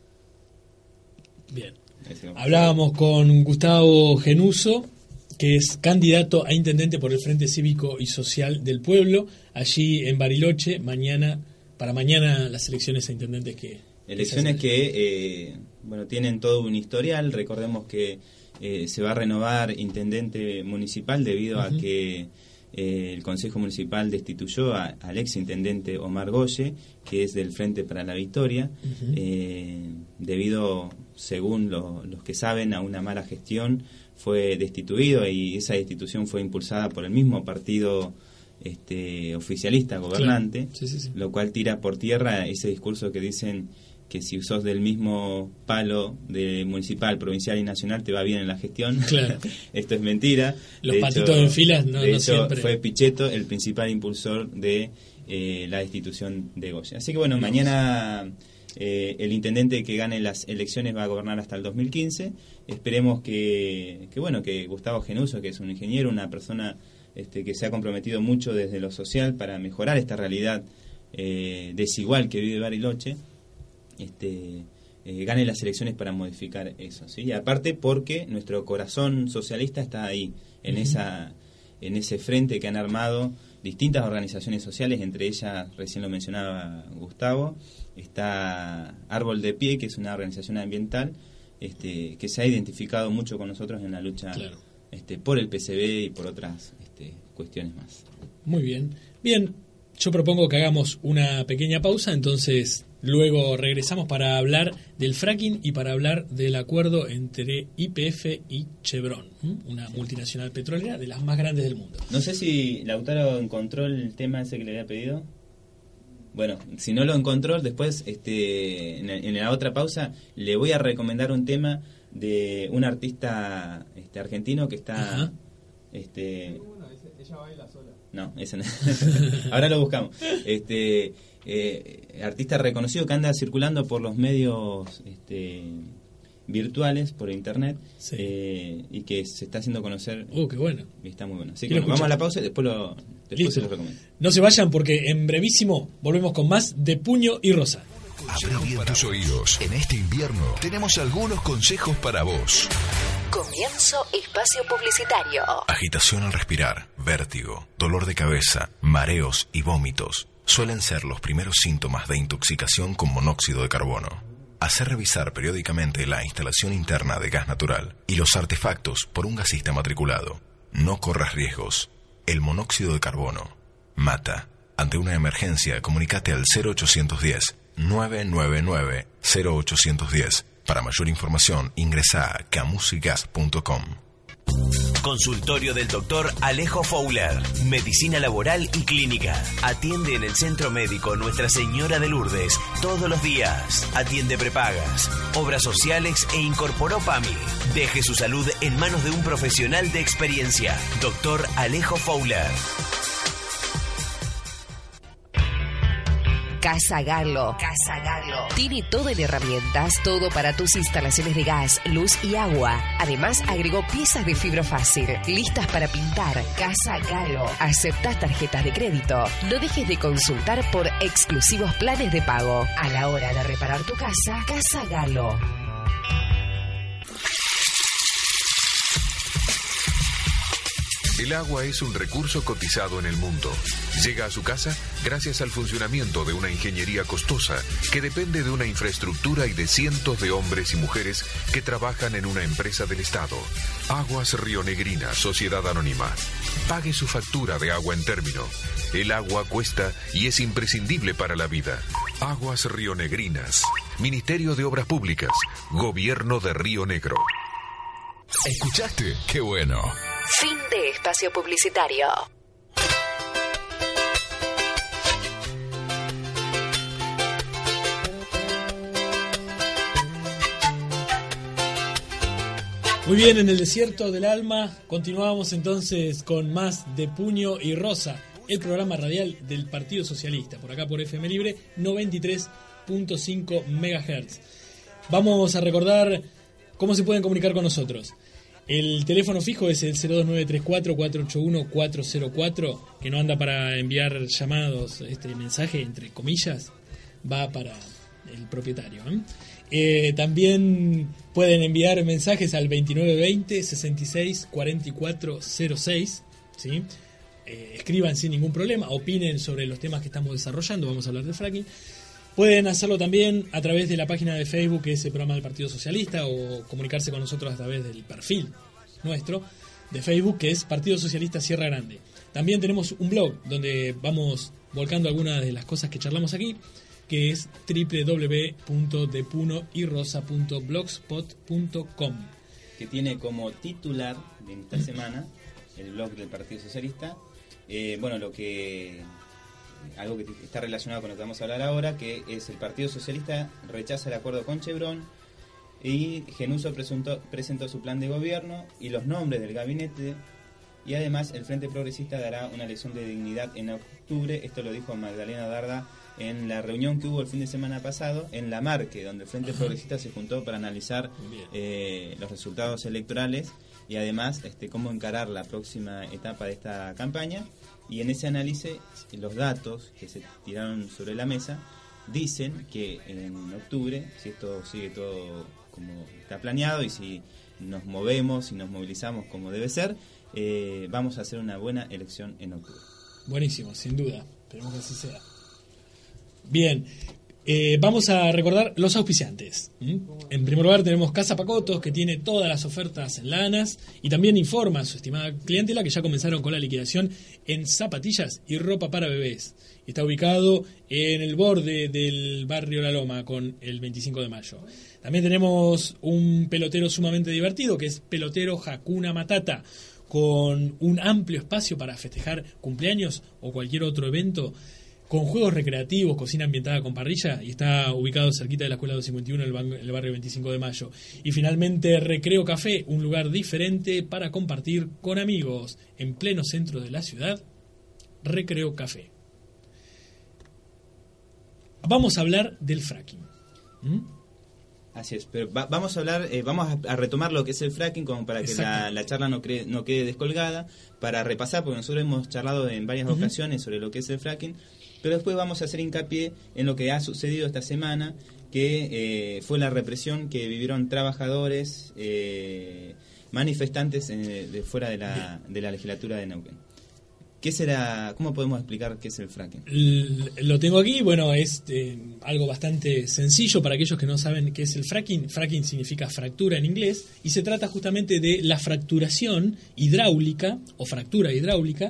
Bien. Hablábamos con Gustavo Genuso, que es candidato a intendente por el Frente Cívico y Social del Pueblo, allí en Bariloche, mañana, para mañana las elecciones a intendentes que...
Elecciones que, eh, bueno, tienen todo un historial, recordemos que Eh, se va a renovar intendente municipal debido uh-huh. a que eh, el Consejo Municipal destituyó a, al ex intendente Omar Goye, que es del Frente para la Victoria, uh-huh. eh, debido, según lo, los que saben, a una mala gestión fue destituido y esa destitución fue impulsada por el mismo partido este, oficialista gobernante,
claro. sí, sí, sí.
lo cual tira por tierra ese discurso que dicen que si sos del mismo palo de municipal, provincial y nacional te va bien en la gestión.
Claro.
Esto es mentira.
Los
de
patitos
hecho,
en filas no,
de
no
hecho,
siempre.
Fue Pichetto el principal impulsor de eh, la destitución de Goye. Así que bueno, no. mañana eh, el intendente que gane las elecciones va a gobernar hasta el dos mil quince. Esperemos que, que bueno, que Gustavo Genuso, que es un ingeniero, una persona este, que se ha comprometido mucho desde lo social para mejorar esta realidad eh, desigual que vive Bariloche, este eh, gane las elecciones para modificar eso, ¿sí? Y aparte porque nuestro corazón socialista está ahí, en uh-huh. esa en ese frente que han armado distintas organizaciones sociales, entre ellas, recién lo mencionaba Gustavo, está Árbol de Pie, que es una organización ambiental este, que se ha identificado mucho con nosotros en la lucha claro. este, por el P C B y por otras este, cuestiones más.
Muy bien. Bien, yo propongo que hagamos una pequeña pausa, entonces luego regresamos para hablar del fracking y para hablar del acuerdo entre Y P F y Chevron, una multinacional petrolera de las más grandes del mundo.
No sé si Lautaro encontró el tema ese que le había pedido. Bueno, si no lo encontró, después este, en, en la otra pausa le voy a recomendar un tema de un artista este, argentino que está... Ajá. este
Ella baila sola.
No, ese no. Ahora lo buscamos. Este eh, artista reconocido que anda circulando por los medios este, virtuales, por internet, sí. eh, y que se está haciendo conocer.
¡Uh, qué bueno!
Y está muy bueno. Así que bueno, vamos a la pausa y después lo, después se lo recomiendo.
No se vayan porque en brevísimo volvemos con más de Puño y Rosa.
Abrí bien tus oídos. En este invierno tenemos algunos consejos para vos.
Comienzo espacio publicitario.
Agitación al respirar, vértigo, dolor de cabeza, mareos y vómitos suelen ser los primeros síntomas de intoxicación con monóxido de carbono. Hacer revisar periódicamente la instalación interna de gas natural y los artefactos por un gasista matriculado. No corras riesgos. El monóxido de carbono mata. Ante una emergencia, comunícate al cero ochocientos diez, nueve nueve nueve, cero ochocientos diez. Para mayor información, ingresa a camusigas punto com.
Consultorio del doctor Alejo Fowler. Medicina laboral y clínica. Atiende en el Centro Médico Nuestra Señora de Lourdes todos los días. Atiende prepagas, obras sociales e incorporó P A M I. Deje su salud en manos de un profesional de experiencia. Doctor Alejo Fowler.
Casa Galo. Casa Galo. Tiene todo en herramientas, todo para tus instalaciones de gas, luz y agua. Además, agregó piezas de fibra fácil, listas para pintar. Casa Galo. ¿Aceptas tarjetas de crédito? No dejes de consultar por exclusivos planes de pago. A la hora de reparar tu casa, Casa Galo.
El agua es un recurso cotizado en el mundo. Llega a su casa gracias al funcionamiento de una ingeniería costosa que depende de una infraestructura y de cientos de hombres y mujeres que trabajan en una empresa del Estado. Aguas Rionegrina, Sociedad Anónima. Pague su factura de agua en término. El agua cuesta y es imprescindible para la vida. Aguas Rionegrinas. Ministerio de Obras Públicas. Gobierno de Río Negro.
¿Escuchaste? ¡Qué bueno!
Fin de espacio publicitario.
Muy bien, en el desierto del alma continuamos entonces con más de Puño y Rosa, el programa radial del Partido Socialista, por acá por F M Libre noventa y tres punto cinco megahertz. Vamos a recordar cómo se pueden comunicar con nosotros. El teléfono fijo es el cero dos nueve tres cuatro, cuatro ocho uno, cuatro cero cuatro, que no anda para enviar llamados, este mensaje entre comillas, va para el propietario, ¿eh? Eh, también pueden enviar mensajes al veintinueve veinte, sesenta y seis, cuarenta y cuatro cero seis, ¿sí? Eh, escriban sin ningún problema, opinen sobre los temas que estamos desarrollando, vamos a hablar de fracking. Pueden hacerlo también a través de la página de Facebook, que es el programa del Partido Socialista, o comunicarse con nosotros a través del perfil nuestro de Facebook, que es Partido Socialista Sierra Grande. También tenemos un blog donde vamos volcando algunas de las cosas que charlamos aquí, que es doble u doble u doble u punto de puno y rosa punto blogspot punto com,
que tiene como titular de esta semana el blog del Partido Socialista. Eh, bueno, lo que... algo que está relacionado con lo que vamos a hablar ahora, que es el Partido Socialista rechaza el acuerdo con Chevron y Genuso presentó, presentó su plan de gobierno y los nombres del gabinete, y además el Frente Progresista dará una lección de dignidad en octubre. Esto lo dijo Magdalena Darda en la reunión que hubo el fin de semana pasado en La Marque, donde el Frente Ajá. Progresista se juntó para analizar eh, los resultados electorales y además este, cómo encarar la próxima etapa de esta campaña. Y en ese análisis, los datos que se tiraron sobre la mesa dicen que en octubre, si esto sigue todo como está planeado y si nos movemos y nos movilizamos como debe ser, eh, vamos a hacer una buena elección en octubre.
Buenísimo, sin duda. Esperemos que así sea. Bien. Eh, vamos a recordar los auspiciantes. ¿Mm? En primer lugar tenemos Casa Pacotos, que tiene todas las ofertas en lanas y también informa a su estimada clientela que ya comenzaron con la liquidación en zapatillas y ropa para bebés. Está ubicado en el borde del barrio La Loma con el veinticinco de mayo. También tenemos un pelotero sumamente divertido que es Pelotero Hakuna Matata, con un amplio espacio para festejar cumpleaños o cualquier otro evento, con juegos recreativos, cocina ambientada con parrilla, y está ubicado cerquita de la Escuela doscientos cincuenta y uno en el, el barrio veinticinco de mayo. Y finalmente Recreo Café, un lugar diferente para compartir con amigos en pleno centro de la ciudad. Recreo Café. Vamos a hablar del fracking. ¿Mm?
Así es, pero va, vamos a hablar, eh, vamos a, a retomar lo que es el fracking como para que la, la charla no, cree, no quede descolgada, para repasar, porque nosotros hemos charlado en varias uh-huh. ocasiones sobre lo que es el fracking, pero después vamos a hacer hincapié en lo que ha sucedido esta semana, que eh, fue la represión que vivieron trabajadores, eh, manifestantes eh, de fuera de la, de la legislatura de Neuquén. ¿Qué será? ¿Cómo podemos explicar qué es el fracking?
L- lo tengo aquí, bueno, es eh, algo bastante sencillo para aquellos que no saben qué es el fracking. Fracking significa fractura en inglés y se trata justamente de la fracturación hidráulica o fractura hidráulica,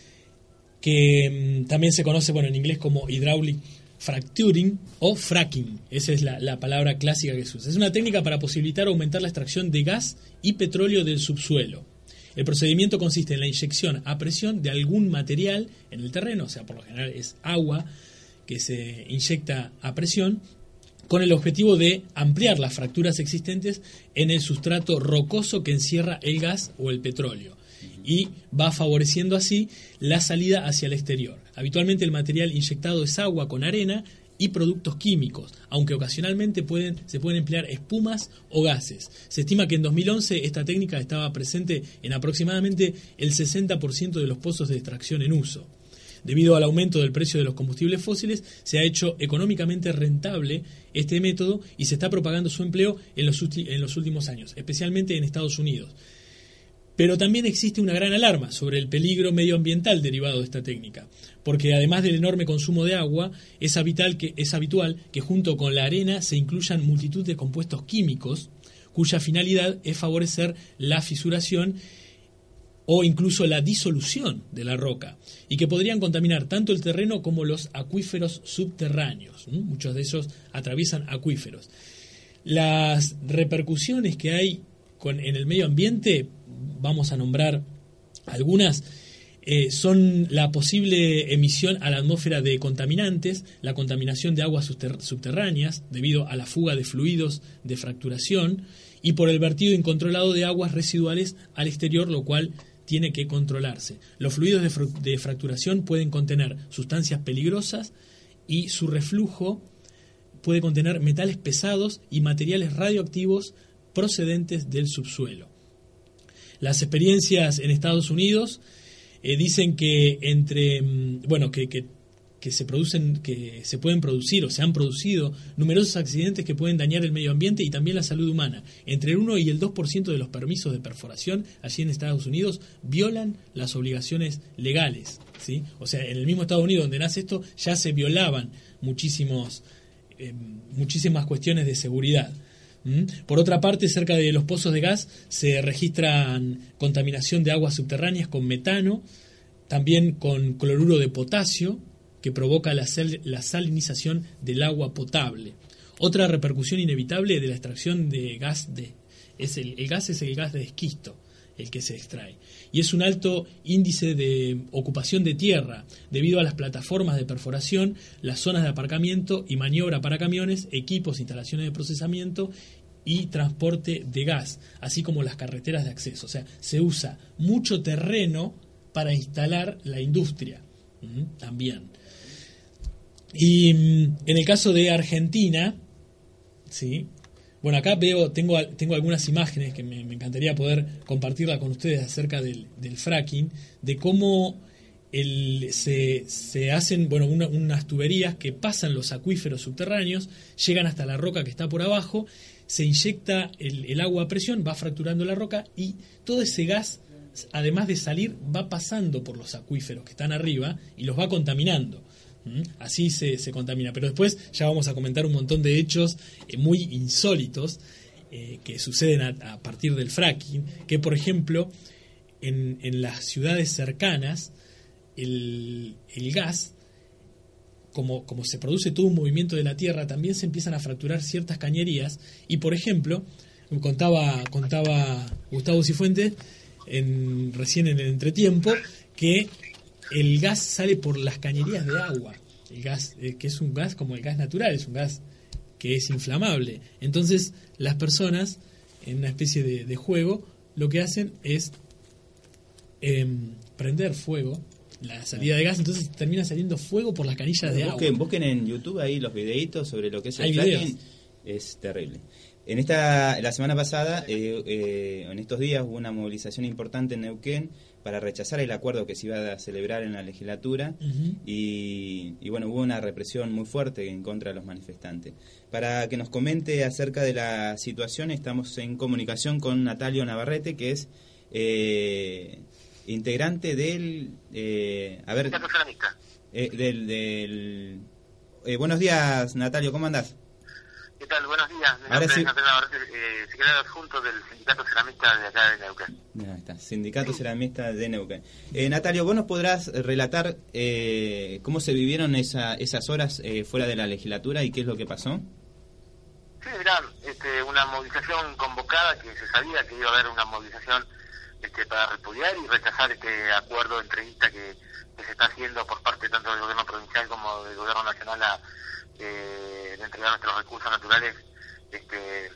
que mmm, también se conoce, bueno, en inglés como hydraulic fracturing o fracking. Esa es la, la palabra clásica que se usa. Es una técnica para posibilitar aumentar la extracción de gas y petróleo del subsuelo. El procedimiento consiste en la inyección a presión de algún material en el terreno, o sea, por lo general es agua que se inyecta a presión, con el objetivo de ampliar las fracturas existentes en el sustrato rocoso que encierra el gas o el petróleo, y va favoreciendo así la salida hacia el exterior. Habitualmente el material inyectado es agua con arena y productos químicos, aunque ocasionalmente pueden, se pueden emplear espumas o gases. Se estima que en dos mil once esta técnica estaba presente en aproximadamente el sesenta por ciento de los pozos de extracción en uso. Debido al aumento del precio de los combustibles fósiles, se ha hecho económicamente rentable este método y se está propagando su empleo en los, en los últimos años, especialmente en Estados Unidos. Pero también existe una gran alarma sobre el peligro medioambiental derivado de esta técnica, porque además del enorme consumo de agua, es habitual que, es habitual que junto con la arena se incluyan multitud de compuestos químicos cuya finalidad es favorecer la fisuración o incluso la disolución de la roca, y que podrían contaminar tanto el terreno como los acuíferos subterráneos. ¿Mm? Muchos de ellos atraviesan acuíferos. Las repercusiones que hay con, en el medio ambiente, vamos a nombrar algunas, eh, son la posible emisión a la atmósfera de contaminantes, la contaminación de aguas subter- subterráneas debido a la fuga de fluidos de fracturación y por el vertido incontrolado de aguas residuales al exterior, lo cual tiene que controlarse. Los fluidos de, fr- de fracturación pueden contener sustancias peligrosas y su reflujo puede contener metales pesados y materiales radioactivos procedentes del subsuelo. Las experiencias en Estados Unidos eh, dicen que entre bueno que, que, que se producen que se pueden producir o se han producido numerosos accidentes que pueden dañar el medio ambiente y también la salud humana. Entre el uno y el dos por ciento de los permisos de perforación allí en Estados Unidos violan las obligaciones legales, ¿sí? O sea, en el mismo Estados Unidos donde nace esto ya se violaban muchísimos eh, muchísimas cuestiones de seguridad. Por otra parte, cerca de los pozos de gas se registran contaminación de aguas subterráneas con metano, también con cloruro de potasio, que provoca la, sal- la salinización del agua potable. Otra repercusión inevitable de la extracción de gas de es el, el gas es el gas de esquisto, el que se extrae. Y es un alto índice de ocupación de tierra debido a las plataformas de perforación, las zonas de aparcamiento y maniobra para camiones, equipos, instalaciones de procesamiento y transporte de gas, así como las carreteras de acceso. O sea, se usa mucho terreno para instalar la industria. ¿Mm? También. Y mm, en el caso de Argentina, ¿sí? Bueno, acá veo, tengo, tengo algunas imágenes que me, me encantaría poder compartirla con ustedes acerca del, del fracking, de cómo el, se, se hacen bueno, una, unas tuberías que pasan los acuíferos subterráneos, llegan hasta la roca que está por abajo, se inyecta el, el agua a presión, va fracturando la roca y todo ese gas además de salir, va pasando por los acuíferos que están arriba y los va contaminando. ¿Mm? Así se, se contamina. Pero después ya vamos a comentar un montón de hechos eh, muy insólitos eh, que suceden a, a partir del fracking, que por ejemplo en, en las ciudades cercanas el, el gas, como, como se produce todo un movimiento de la tierra, también se empiezan a fracturar ciertas cañerías y por ejemplo contaba, contaba Gustavo Cifuentes en, recién en el entretiempo que el gas sale por las cañerías de agua, el gas eh, que es un gas como el gas natural, es un gas que es inflamable. Entonces las personas en una especie de, de juego lo que hacen es eh, prender fuego la salida de gas, entonces termina saliendo fuego por las canillas de
busquen,
agua.
Busquen en YouTube ahí los videitos sobre lo que es el
Hay
fracking.
videos.
Es terrible. En esta la semana pasada, eh, eh, en estos días, hubo una movilización importante en Neuquén para rechazar el acuerdo que se iba a celebrar en la legislatura.
Uh-huh.
y, y bueno, hubo una represión muy fuerte en contra de los manifestantes. Para que nos comente acerca de la situación, estamos en comunicación con Natalio Navarrete, que es eh, integrante del... Eh, a ver, eh, del... del eh, buenos días, Natalio, ¿cómo andás?
¿Qué tal? Buenos días. Mi
Ahora
nombre
sí.
es Natalio Navarrete, eh, secretario adjunto del Sindicato Ceramista de acá de Neuquén.
Ahí está, Sindicato Ceramista de Neuquén. Eh, Natalio, ¿vos nos podrás relatar eh, cómo se vivieron esa, esas horas eh, fuera de la legislatura y qué es lo que pasó?
Sí, mirá, este, una movilización convocada, que se sabía que iba a haber una movilización este, para repudiar y rechazar este acuerdo entreguista que, que se está haciendo por parte tanto del gobierno provincial como del gobierno nacional a, eh, de entregar nuestros recursos naturales, este,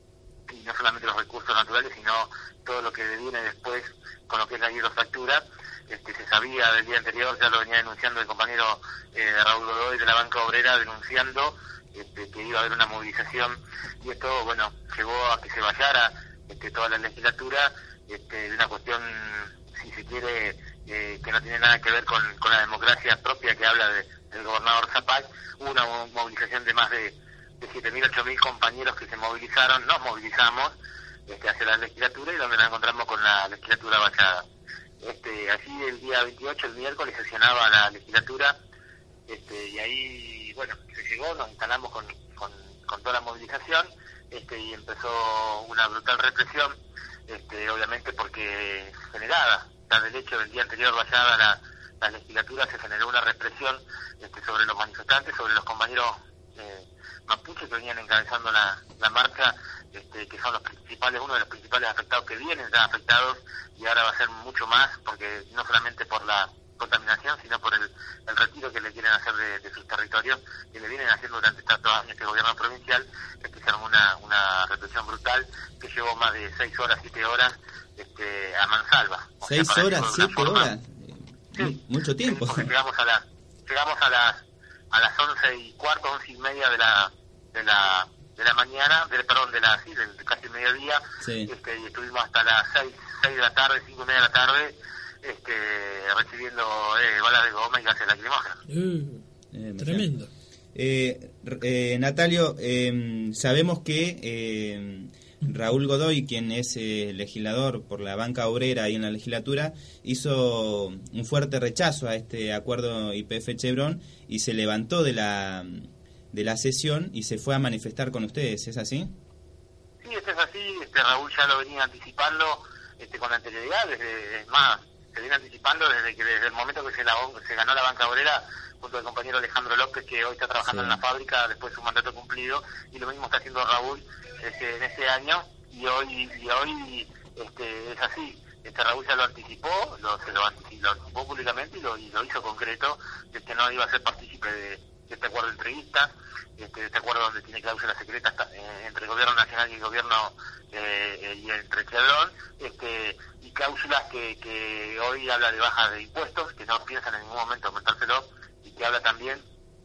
y no solamente los recursos naturales, sino todo lo que viene después con lo que es la hidrofractura. Este, se sabía del día anterior, ya lo venía denunciando el compañero eh, Raúl Godoy de la banca obrera, denunciando este, que iba a haber una movilización, y esto, bueno, llevó a que se vayara este, toda la legislatura este, de una cuestión, si se quiere, eh, que no tiene nada que ver con, con la democracia propia que habla de, del gobernador Zapag. Hubo una movilización de más de, de siete mil, ocho mil compañeros que se movilizaron, nos movilizamos este, hacia la legislatura, y donde nos encontramos con la legislatura vallada. Este, así el día veintiocho, el miércoles, sesionaba la legislatura, este, y ahí, bueno, se llegó, nos instalamos con, con, con toda la movilización, este, y empezó una brutal represión, este, obviamente porque generada, tras el hecho del día anterior vallada la, la legislatura, se generó una represión este, sobre los manifestantes, sobre los compañeros eh, mapuches que venían encabezando la, la marcha, este, que son los principales, uno de los principales afectados, que vienen ya afectados, y ahora va a ser mucho más, porque no solamente por la contaminación, sino por el, el retiro que le quieren hacer de, de sus territorios, que le vienen haciendo durante estos años este gobierno provincial. Este, se armó una, una represión brutal que llevó más de seis horas, siete horas este, a mansalva. O
¿Seis
sea,
horas, siete
forma,
horas? Sí, mucho tiempo.
Sí, llegamos a las llegamos a las a las once y cuarto, once y media de la de la de la mañana, de, perdón, de la sí, del casi mediodía,
sí.
Este, y estuvimos hasta las seis, seis de la tarde, cinco y media de la tarde, este, recibiendo eh, balas de goma y gases lacrimógenos.
Uh,
Eh,
tremendo.
Eh, eh, Natalio, eh, sabemos que eh, Raúl Godoy, quien es eh, legislador por la banca obrera ahí en la legislatura, hizo un fuerte rechazo a este acuerdo Y P F Chevron y se levantó de la de la sesión y se fue a manifestar con ustedes, ¿es así?
Sí, esto es así. Este, Raúl ya lo venía anticipando este, con anterioridad, desde, es más, se viene anticipando desde que desde el momento que se, la, se ganó la banca obrera junto al compañero Alejandro López, que hoy está trabajando sí. en la fábrica después de su mandato cumplido, y lo mismo está haciendo Raúl este, en este año, y hoy y hoy este, es así. Este Raúl ya lo anticipó, lo, se lo, anticipó, lo anticipó públicamente y lo, y lo hizo concreto, de que no iba a ser partícipe de, de este acuerdo entreguista, este, de este acuerdo donde tiene cláusulas secretas eh, entre el gobierno nacional y el gobierno eh, y entre Chevron, este, y cláusulas que, que hoy habla de bajas de impuestos, que no piensan en ningún momento aumentárselo, y que habla también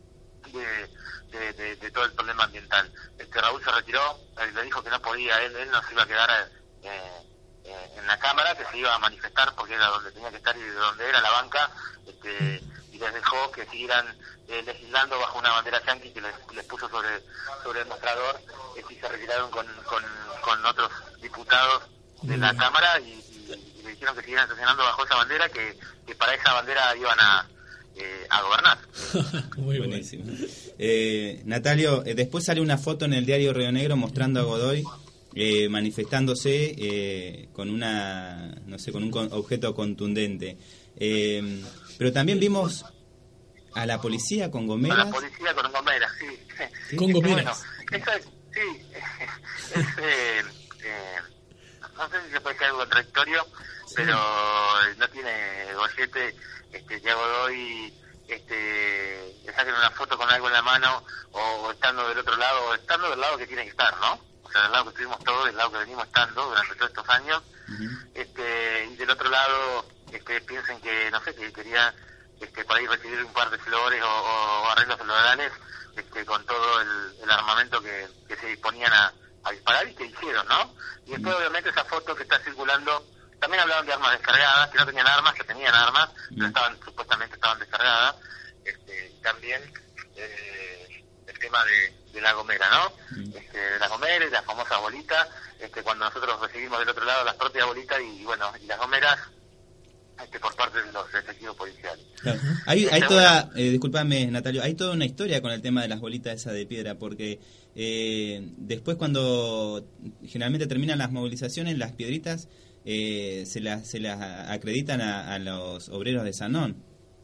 de, de, de, de todo el problema ambiental. Este Raúl se retiró, eh, le dijo que no podía, él, él no se iba a quedar eh, eh, en la Cámara, que se iba a manifestar porque era donde tenía que estar y de donde era la banca, este, y les dejó que siguieran eh, legislando bajo una bandera yanqui que les, les puso sobre sobre el mostrador, este, y se retiraron con, con, con otros diputados de la Cámara, y, y y, y le dijeron que siguieran estacionando bajo esa bandera, que, que para esa bandera iban a, eh, a gobernar.
Muy buenísimo. Eh, Natalio, eh, después sale una foto en el diario Río Negro mostrando a Godoy eh, manifestándose eh, con una, no sé, con un con, objeto contundente. Eh, pero también vimos a la policía con gomeras.
A la policía con gomeras, sí.
¿Sí? Con gomeras.
Bueno, eso es, sí, es, eh, eh, no sé si se puede decir algo contradictorio, sí. Pero no tiene gollete este, que a Godoy este, le saquen una foto con algo en la mano, o, o estando del otro lado, o estando del lado que tiene que estar, ¿no? O sea, del lado que estuvimos todos, del lado que venimos estando durante todos estos años, uh-huh. este, y del otro lado este, piensen que, no sé, que quería este, por ahí recibir un par de flores o, o arreglos florales este, con todo el, el armamento que, que se disponían a, a disparar y que hicieron, ¿no? Y después, uh-huh. obviamente, esa foto que está circulando, también hablaban de armas descargadas, que no tenían armas, que tenían armas, uh-huh. pero estaban, supuestamente estaban descargadas, este, y también eh, el tema de, de la gomera, ¿no? Uh-huh. Este, de la gomera y las famosas bolitas, este, cuando nosotros recibimos del otro lado las propias bolitas y, bueno, y las gomeras este, por parte de los efectivos policiales.
Claro. Hay, hay toda, eh, discúlpame Natalio, hay toda una historia con el tema de las bolitas esa de piedra, porque eh, después cuando generalmente terminan las movilizaciones, las piedritas eh, se las se las acreditan a, a los obreros de Sanón.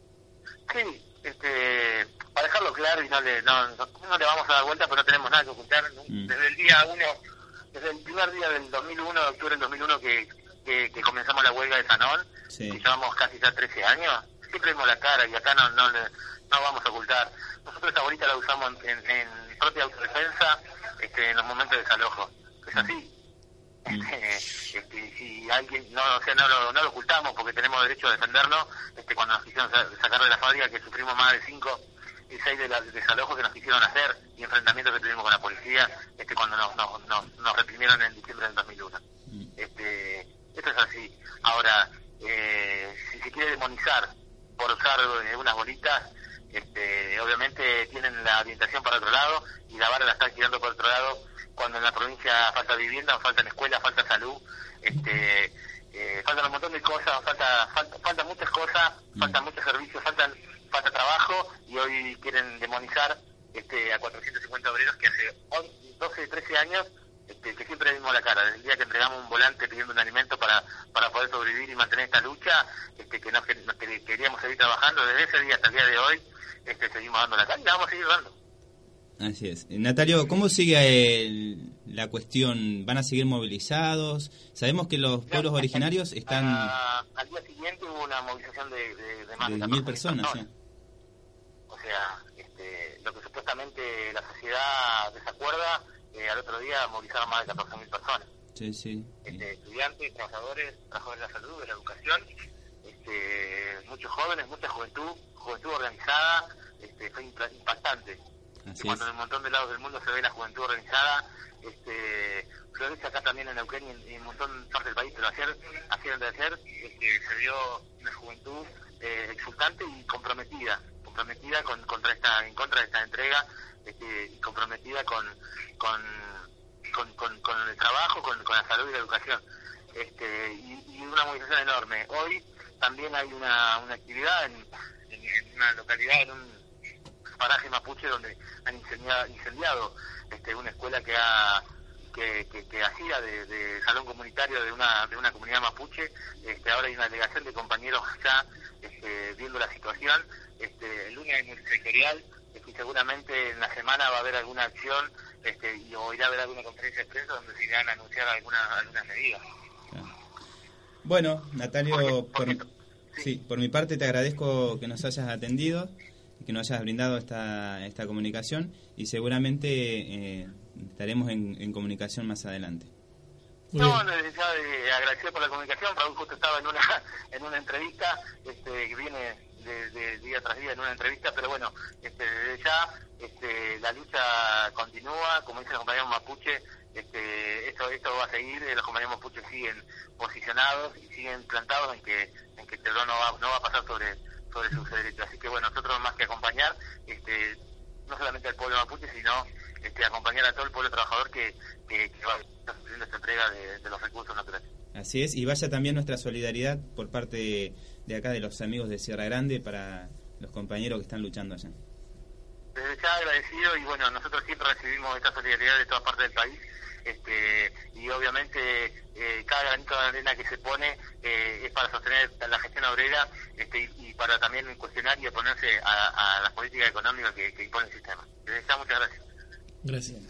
Sí, este, para dejarlo claro y no le, no, no, no le vamos a dar vuelta, pero no tenemos nada que ocultar. Mm. Desde el día uno, desde el primer día del dos mil uno, de octubre del dos mil uno, que, que, que comenzamos la huelga de Sanón, sí. que llevamos casi ya trece años, siempre vemos la cara y acá no no, no vamos a ocultar. Nosotros esa bolita la usamos en, en propia autodefensa este, en los momentos de desalojo. Es así. Mm. Este, este, si alguien, no, o sea, no lo, no lo ocultamos porque tenemos derecho a defendernos. Este, cuando nos quisieron sacar de la fábrica, que sufrimos más de cinco y seis de los desalojos que nos quisieron hacer y enfrentamientos que tuvimos con la policía, este, cuando nos, nos, nos, nos reprimieron en diciembre del dos mil uno. Mm. Este, esto es así. Ahora, eh, si se quiere demonizar por usar eh, unas bolitas, este, obviamente tienen la orientación para otro lado y la vara la están girando por otro lado, cuando en la provincia falta vivienda, faltan escuelas, falta salud, este, eh, faltan un montón de cosas, falta, falta, faltan muchas cosas, faltan muchos servicios, faltan, falta trabajo, y hoy quieren demonizar este, a cuatrocientos cincuenta obreros que hace doce, trece años este, que siempre dimos la cara. Desde el día que entregamos un volante pidiendo un alimento para para poder sobrevivir y mantener esta lucha, este, que nos, que nos queríamos seguir trabajando, desde ese día hasta el día de hoy, este, seguimos dando la cara y la vamos a seguir dando.
Así es. Natalio, ¿cómo sigue el, la cuestión? ¿Van a seguir movilizados? Sabemos que los pueblos originarios están...
A, al día siguiente hubo una movilización de, de, de más de,
de mil personas.
personas. ¿Sí? O sea, este, lo que supuestamente la sociedad desacuerda, eh, al otro día movilizaron más de catorce mil personas.
Sí, sí.
Este, estudiantes, trabajadores, trabajadores de la salud, de la educación, este, muchos jóvenes, mucha juventud, juventud organizada, este, fue impactante.
Así
cuando
es.
en un montón de lados del mundo se ve la juventud organizada, este, florece acá también en Neuquén y en, y en un montón de partes del país, pero ayer, ayer de ayer, este, se vio una juventud eh, exultante y comprometida, comprometida con, contra esta, en contra de esta entrega, este, y comprometida con, con, con, con, con el trabajo, con, con la salud y la educación, este, y, y una movilización enorme. Hoy también hay una, una actividad en, en, en una localidad, en un paraje mapuche, donde han incendiado, incendiado este, una escuela que ha que, que, que hacía de, de salón comunitario de una de una comunidad mapuche. Este, ahora hay una delegación de compañeros ya este, viendo la situación. Este, el lunes es multisectorial, este, y seguramente en la semana va a haber alguna acción, este, y, o irá a haber alguna conferencia de prensa donde se irán a anunciar algunas algunas medidas.
Bueno, Natalio,
porque, porque,
por, sí. sí, por mi parte te agradezco que nos hayas atendido, que nos hayas brindado esta esta comunicación, y seguramente eh, estaremos en, en comunicación más adelante.
No, ya eh, agradecido por la comunicación. Raúl justo estaba en una en una entrevista, este, que viene de, de día tras día en una entrevista, pero bueno, este, desde ya este, la lucha continúa, como dicen los compañeros mapuche, este, esto esto va a seguir, los compañeros mapuche siguen posicionados y siguen plantados en que en que Teodoro no va, no va a pasar sobre sobre sus derechos. Así que bueno, nosotros más que acompañar, este, no solamente al pueblo mapuche, sino este, acompañar a todo el pueblo trabajador que, que, que va sufriendo esta entrega de, de los recursos naturales.
Así es, y vaya también nuestra solidaridad por parte de, de acá de los amigos de Sierra Grande para los compañeros que están luchando allá.
Desde ya agradecido, y bueno, nosotros siempre recibimos esta solidaridad de todas partes del país, este, y obviamente eh, cada granito de arena que se pone eh, es para sostener la gestión obrera, este, y, y para también cuestionar y oponerse a, a las políticas económicas que, que impone el sistema. Desde ya, muchas gracias.
Gracias.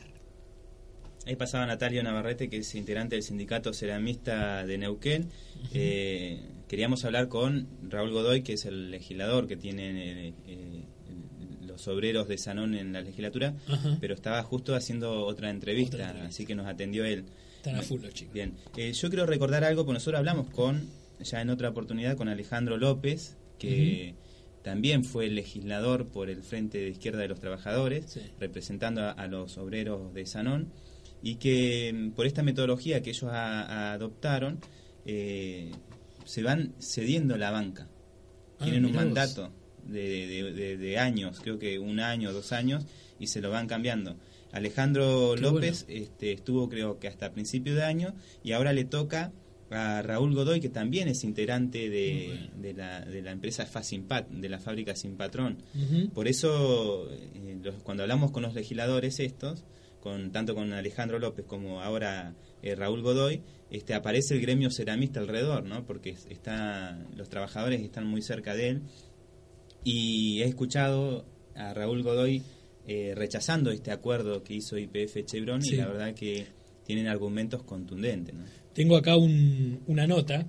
Ahí pasaba Natalia Navarrete, que es integrante del sindicato ceramista de Neuquén. Uh-huh. eh, queríamos hablar con Raúl Godoy, que es el legislador que tiene eh, eh, los obreros de Sanón en la legislatura, uh-huh. pero estaba justo haciendo otra entrevista, otra entrevista, así que nos atendió él.
Están a full los chicos.
Bien, eh, yo quiero recordar algo, porque nosotros hablamos con, ya en otra oportunidad, con Alejandro López, que uh-huh. también fue legislador por el Frente de Izquierda de los Trabajadores, sí. representando a, a los obreros de Sanón, y que por esta metodología que ellos a, a adoptaron, eh, se van cediendo la banca. Ah, Tienen un mandato de, de, de, de años, creo que un año, dos años, y se lo van cambiando. Alejandro Qué López bueno. este, estuvo creo que hasta principio de año, y ahora le toca a Raúl Godoy, que también es integrante de, bueno. de, la, de la empresa Fasimpat, de la fábrica Sin Patrón. Uh-huh. Por eso, eh, los, cuando hablamos con los legisladores estos, con tanto con Alejandro López como ahora eh, Raúl Godoy, este aparece el gremio ceramista alrededor, ¿no? Porque está, los trabajadores están muy cerca de él, y he escuchado a Raúl Godoy eh, rechazando este acuerdo que hizo Y P F Chevron, sí. y la verdad que tienen argumentos contundentes, ¿no?
Tengo acá un, una nota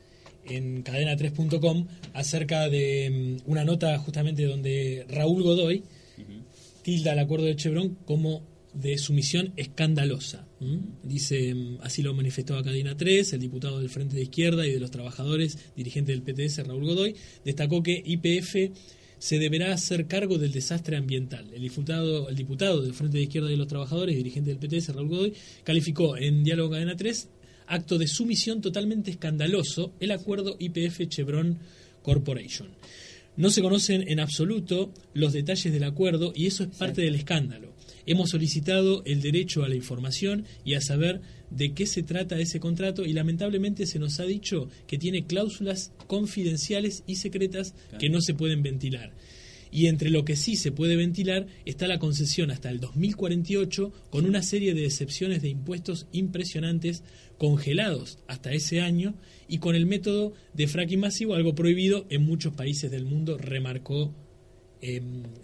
en cadena tres punto com acerca de um, una nota justamente donde Raúl Godoy uh-huh. tilda el acuerdo de Chevron como de sumisión escandalosa. ¿Mm? Dice, así lo manifestó a Cadena tres, el diputado del Frente de Izquierda y de los Trabajadores, dirigente del P T S, Raúl Godoy, destacó que Y P F se deberá hacer cargo del desastre ambiental. El diputado, el diputado del Frente de Izquierda y de los Trabajadores, dirigente del P T S, Raúl Godoy, calificó en Diálogo Cadena tres acto de sumisión totalmente escandaloso el acuerdo Y P F Chevron Corporation. No se conocen en absoluto los detalles del acuerdo, y eso es parte del escándalo. Hemos solicitado el derecho a la información y a saber de qué se trata ese contrato, y lamentablemente se nos ha dicho que tiene cláusulas confidenciales y secretas claro. que no se pueden ventilar. Y entre lo que sí se puede ventilar está la concesión hasta el dos mil cuarenta y ocho, con una serie de excepciones de impuestos impresionantes congelados hasta ese año, y con el método de fracking masivo, algo prohibido en muchos países del mundo, remarcó eh,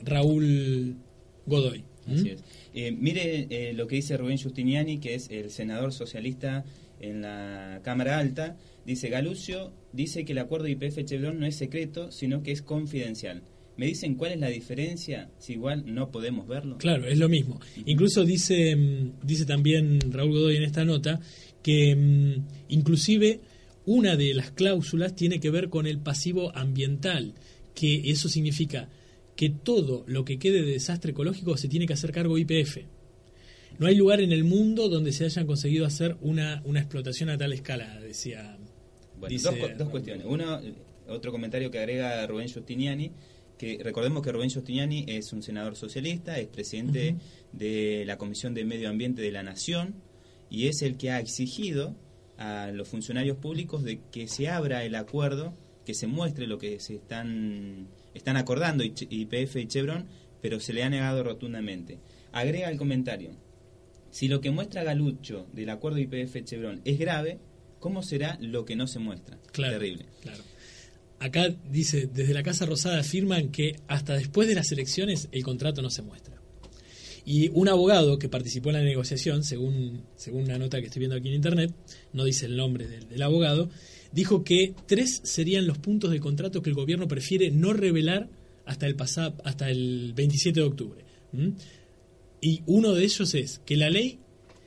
Raúl Godoy.
Así es. Eh, mire eh, lo que dice Rubén Giustiniani, que es el senador socialista en la Cámara Alta. Dice, Galucio dice que el acuerdo de Y P F Chevron no es secreto, sino que es confidencial. ¿Me dicen cuál es la diferencia si igual no podemos verlo?
Claro, es lo mismo. Uh-huh. Incluso dice, dice también Raúl Godoy en esta nota que um, inclusive una de las cláusulas tiene que ver con el pasivo ambiental, que eso significa que todo lo que quede de desastre ecológico se tiene que hacer cargo Y P F. No hay lugar en el mundo donde se hayan conseguido hacer una, una explotación a tal escala, decía.
Bueno,
dice,
dos, dos cuestiones. Uno, otro comentario que agrega Rubén Giustiniani, que recordemos que Rubén Giustiniani es un senador socialista, es presidente uh-huh. de la Comisión de Medio Ambiente de la Nación, y es el que ha exigido a los funcionarios públicos de que se abra el acuerdo, que se muestre lo que se están están acordando Y P F y Chevron, pero se le ha negado rotundamente. Agrega el comentario, si lo que muestra Galucho del acuerdo Y P F Chevron es grave, ¿cómo será lo que no se muestra?
Claro,
terrible.
Claro. Acá dice, desde la Casa Rosada afirman que hasta después de las elecciones el contrato no se muestra. Y un abogado que participó en la negociación, según, según una nota que estoy viendo aquí en internet, no dice el nombre del, del abogado, dijo que tres serían los puntos del contrato que el gobierno prefiere no revelar hasta el pasado, hasta el veintisiete de octubre. ¿Mm? Y uno de ellos es que la ley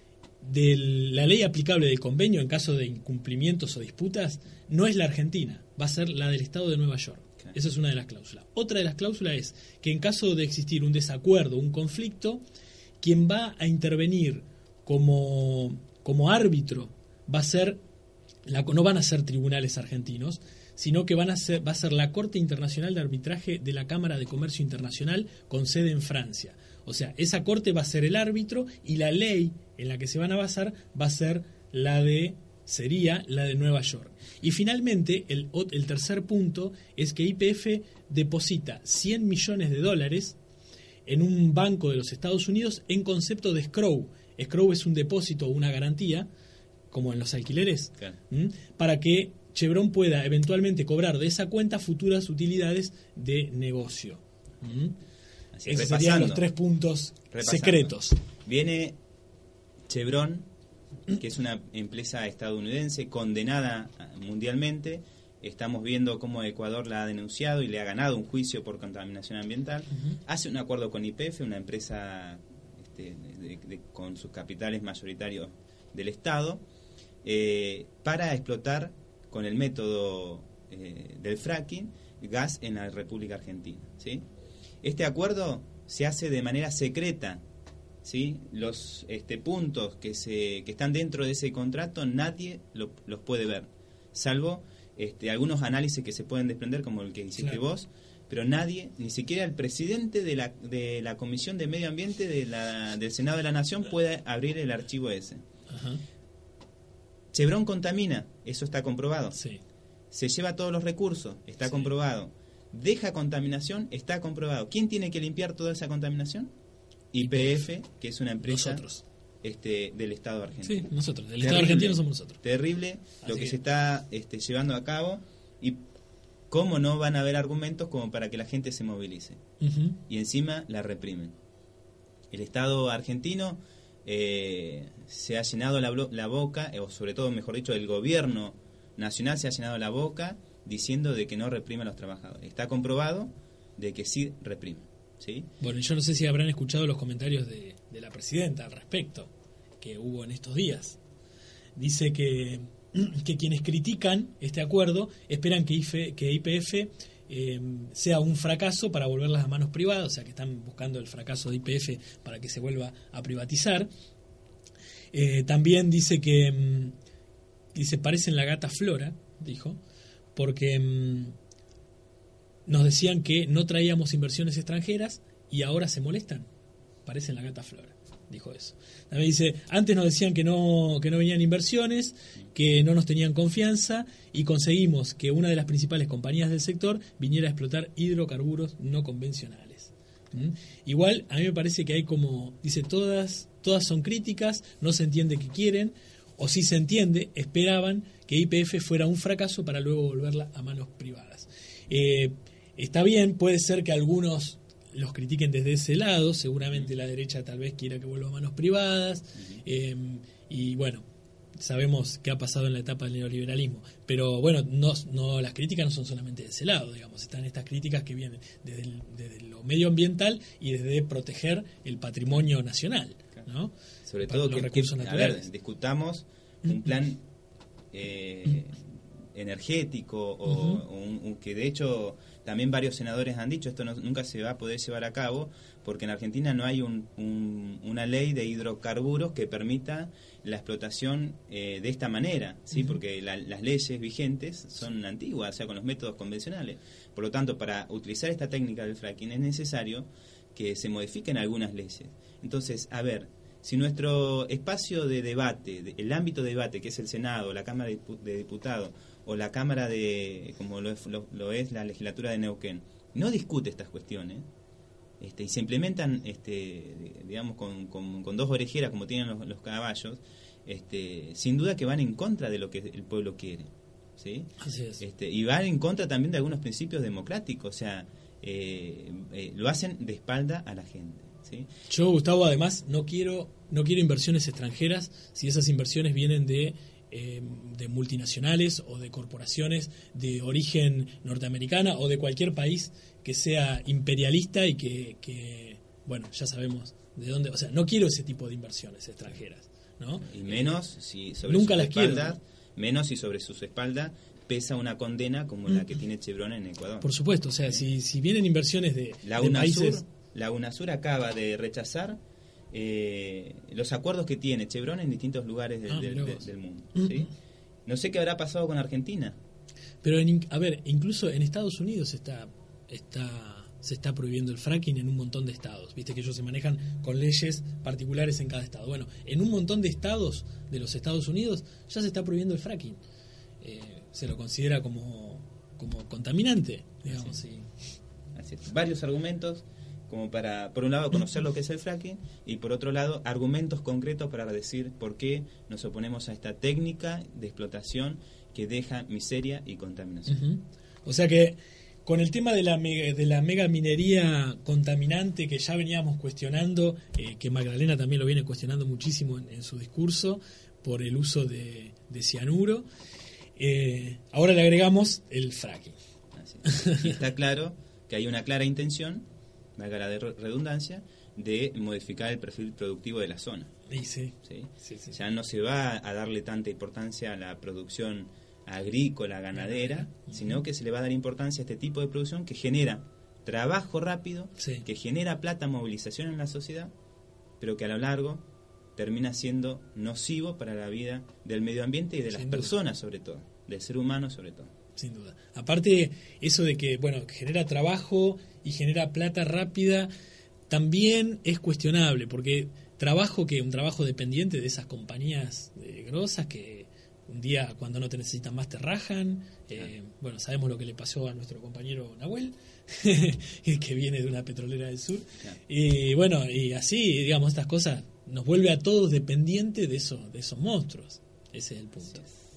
del, la ley aplicable del convenio en caso de incumplimientos o disputas no es la argentina, va a ser la del Estado de Nueva York. Okay. Esa es una de las cláusulas. Otra de las cláusulas es que en caso de existir un desacuerdo, un conflicto, quien va a intervenir como, como árbitro va a ser La, no van a ser tribunales argentinos, sino que van a ser, va a ser la Corte Internacional de Arbitraje de la Cámara de Comercio Internacional con sede en Francia. O sea, esa corte va a ser el árbitro, y la ley en la que se van a basar va a ser la de sería la de Nueva York. Y finalmente, el, el tercer punto es que Y P F deposita cien millones de dólares en un banco de los Estados Unidos en concepto de escrow. Escrow es un depósito o una garantía, como en los alquileres,
Claro.
¿m? para que Chevron pueda eventualmente cobrar de esa cuenta futuras utilidades de negocio. ¿m?
Así,
Esos
repasando.
serían los tres puntos
Repasando.
secretos.
Viene Chevron, que es una empresa estadounidense condenada mundialmente. Estamos viendo cómo Ecuador la ha denunciado y le ha ganado un juicio por contaminación ambiental. Uh-huh. Hace un acuerdo con Y P F, una empresa este, de, de, con sus capitales mayoritarios del Estado, eh, para explotar con el método eh, del fracking gas en la República Argentina, ¿sí? Este acuerdo se hace de manera secreta, ¿sí? Los este, puntos que se que están dentro de ese contrato nadie lo, los puede ver, salvo este, algunos análisis que se pueden desprender, como el que hiciste claro. vos, pero nadie, ni siquiera el presidente de la de la Comisión de Medio Ambiente de la, del Senado de la Nación puede abrir el archivo ese. Ajá. Chevron contamina, eso está comprobado.
Sí.
Se lleva todos los recursos, está sí. comprobado. Deja contaminación, está comprobado. ¿Quién tiene que limpiar toda esa contaminación? Y P F, que es una empresa este, del Estado argentino.
Sí, nosotros, del terrible, Estado argentino somos nosotros.
Terrible lo
Así
que
es.
se está este, llevando a cabo, y cómo no van a haber argumentos como para que la gente se movilice. Uh-huh. Y encima la reprimen. El Estado argentino eh, se ha llenado la, la boca, o sobre todo, mejor dicho, el gobierno nacional se ha llenado la boca diciendo de que no reprime a los trabajadores. Está comprobado de que sí reprime. ¿Sí?
Bueno, yo no sé si habrán escuchado los comentarios de, de la presidenta al respecto, que hubo en estos días. Dice que, que quienes critican este acuerdo esperan que, I F E, que Y P F eh, sea un fracaso para volverlas a manos privadas, o sea que están buscando el fracaso de Y P F para que se vuelva a privatizar. Eh, también dice que dice parecen la gata Flora, dijo, porque mmm, nos decían que no traíamos inversiones extranjeras y ahora se molestan. Parecen la gata Flora, dijo eso. También dice, antes nos decían que no, que no venían inversiones, que no nos tenían confianza, y conseguimos que una de las principales compañías del sector viniera a explotar hidrocarburos no convencionales. ¿Mm? Igual, a mí me parece que hay como, dice, todas, todas son críticas, no se entiende qué quieren, o si se entiende, esperaban que Y P F fuera un fracaso para luego volverla a manos privadas. Eh, Está bien, puede ser que algunos los critiquen desde ese lado, seguramente la derecha tal vez quiera que vuelva a manos privadas, eh, y bueno, sabemos qué ha pasado en la etapa del neoliberalismo, pero bueno, no, no las críticas no son solamente de ese lado, digamos, están estas críticas que vienen desde, el, desde lo medioambiental y desde proteger el patrimonio nacional, ¿no?
Sobre todo
los
que,
recursos
que
naturales.
A ver, discutamos un plan eh, energético o, uh-huh. o un, un, que de hecho también varios senadores han dicho esto no, nunca se va a poder llevar a cabo porque en Argentina no hay un, un, una ley de hidrocarburos que permita la explotación eh, de esta manera, ¿sí? Uh-huh. Porque la, las leyes vigentes son antiguas, o sea, con los métodos convencionales. Por lo tanto, para utilizar esta técnica del fracking es necesario que se modifiquen algunas leyes. Entonces, a ver, si nuestro espacio de debate, de, el ámbito de debate que es el Senado, la Cámara de Diputados o la Cámara de, como lo es, lo, lo es la legislatura de Neuquén, no discute estas cuestiones, este, y se implementan, este, digamos, con, con, con dos orejeras como tienen los, los caballos, este, sin duda que van en contra de lo que el pueblo quiere, ¿sí?
Así es.
Este, y van en contra también de algunos principios democráticos, o sea, eh, eh, lo hacen de espalda a la gente. ¿Sí?
Yo, Gustavo, además no quiero no quiero inversiones extranjeras si esas inversiones vienen de eh, de multinacionales o de corporaciones de origen norteamericana o de cualquier país que sea imperialista y que, que bueno, ya sabemos de dónde, o sea, no quiero ese tipo de inversiones extranjeras, ¿no?
Y menos si sobre
nunca
sus
las
espaldas,
quiero, ¿no?
menos si sobre sus espaldas pesa una condena como mm. la que tiene Chevron en Ecuador.
Por supuesto, o sea, ¿sí? si si vienen inversiones de,
la
de
UNASUR,
países.
La UNASUR acaba de rechazar eh, los acuerdos que tiene Chevron en distintos lugares de,
ah,
de, de, del mundo. ¿Sí?
Mm-hmm.
No sé qué habrá pasado con Argentina.
Pero, en, a ver, incluso en Estados Unidos está está se está prohibiendo el fracking en un montón de estados. Viste que ellos se manejan con leyes particulares en cada estado. Bueno, en un montón de estados de los Estados Unidos ya se está prohibiendo el fracking. Eh, se lo considera como, como contaminante, digamos.
Así es.
Y...
Así es. Varios argumentos como para, por un lado, conocer lo que es el fracking y por otro lado, argumentos concretos para decir por qué nos oponemos a esta técnica de explotación que deja miseria y contaminación.
Uh-huh. O sea que con el tema de la mega, de la mega minería contaminante que ya veníamos cuestionando, eh, que Magdalena también lo viene cuestionando muchísimo en, en su discurso por el uso de, de cianuro, eh, ahora le agregamos el fracking.
Así es. Y está claro que hay una clara intención, valga la redundancia, de modificar el perfil productivo de la zona.
Sí, sí.
¿Sí?
Sí, sí.
Ya no se va a darle tanta importancia a la producción agrícola, ganadera, uh-huh. sino que se le va a dar importancia a este tipo de producción que genera trabajo rápido,
sí.
que genera plata, movilización en la sociedad, pero que a lo largo termina siendo nocivo para la vida del medio ambiente y de las
Sin
personas
duda.
sobre todo, del ser humano sobre todo.
Sin duda. Aparte, eso de que, bueno, genera trabajo y genera plata rápida, también es cuestionable, porque trabajo que un trabajo dependiente de esas compañías eh, grosas que un día cuando no te necesitan más te rajan. Eh, bueno, sabemos lo que le pasó a nuestro compañero Nahuel, que viene de una petrolera del sur.
Claro.
Y bueno, y así, digamos, estas cosas nos vuelve a todos dependientes de, eso, de esos monstruos. Ese es el punto.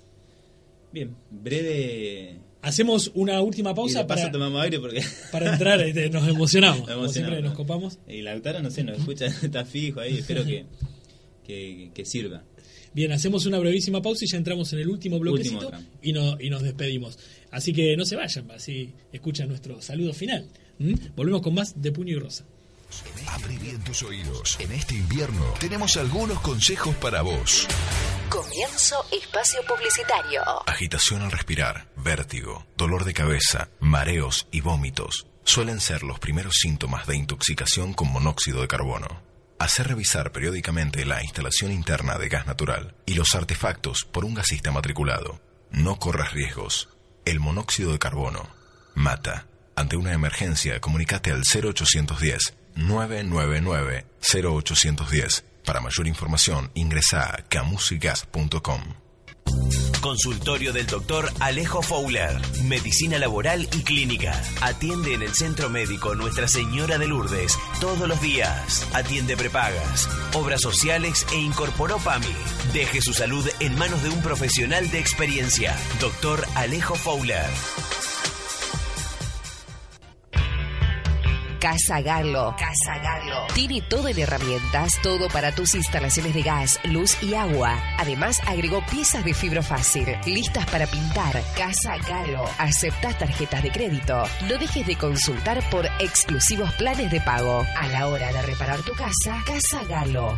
Bien, breve...
Hacemos una última pausa
y de paso
para,
tomamos aire porque...
para entrar, este, nos emocionamos,
nos
como siempre
emocionamos.
nos copamos.
Y Lautaro, no sé, nos escucha, está fijo ahí, espero que, que, que sirva.
Bien, hacemos una brevísima pausa y ya entramos en el último bloquecito
Último
y, no, y nos despedimos. Así que no se vayan, así escuchan nuestro saludo final. ¿Mm? Volvemos con más de Puño y Rosa.
Abrí bien tus oídos. En este invierno tenemos algunos consejos para vos.
Comienzo espacio publicitario.
Agitación al respirar, vértigo, dolor de cabeza, mareos y vómitos suelen ser los primeros síntomas de intoxicación con monóxido de carbono. Hacer revisar periódicamente la instalación interna de gas natural y los artefactos por un gasista matriculado. No corras riesgos. El monóxido de carbono mata. Ante una emergencia, comunícate al cero ochocientos diez, nueve nueve nueve, cero ochocientos diez. Para mayor información, ingresa a camusigas punto com.
Consultorio del doctor Alejo Fowler. Medicina laboral y clínica. Atiende en el Centro Médico Nuestra Señora de Lourdes todos los días. Atiende prepagas, obras sociales e incorporó P A M I. Deje su salud en manos de un profesional de experiencia. Doctor Alejo Fowler.
Casa Galo. Casa Galo. Tiene todo en herramientas, todo para tus instalaciones de gas, luz y agua. Además, agregó piezas de fibra fácil, listas para pintar. Casa Galo. ¿Aceptas tarjetas de crédito? No dejes de consultar por exclusivos planes de pago. A la hora de reparar tu casa, Casa Galo.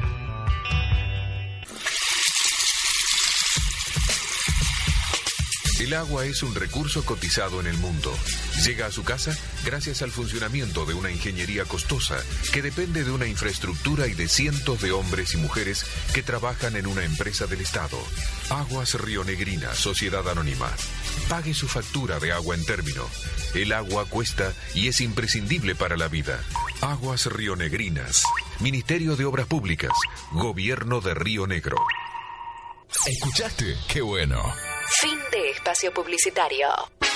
El agua es un recurso cotizado en el mundo. Llega a su casa gracias al funcionamiento de una ingeniería costosa que depende de una infraestructura y de cientos de hombres y mujeres que trabajan en una empresa del Estado. Aguas Rionegrina, Sociedad Anónima. Pague su factura de agua en término. El agua cuesta y es imprescindible para la vida. Aguas Rionegrinas. Ministerio de Obras Públicas. Gobierno de Río Negro.
¿Escuchaste? ¡Qué bueno!
Fin de espacio publicitario.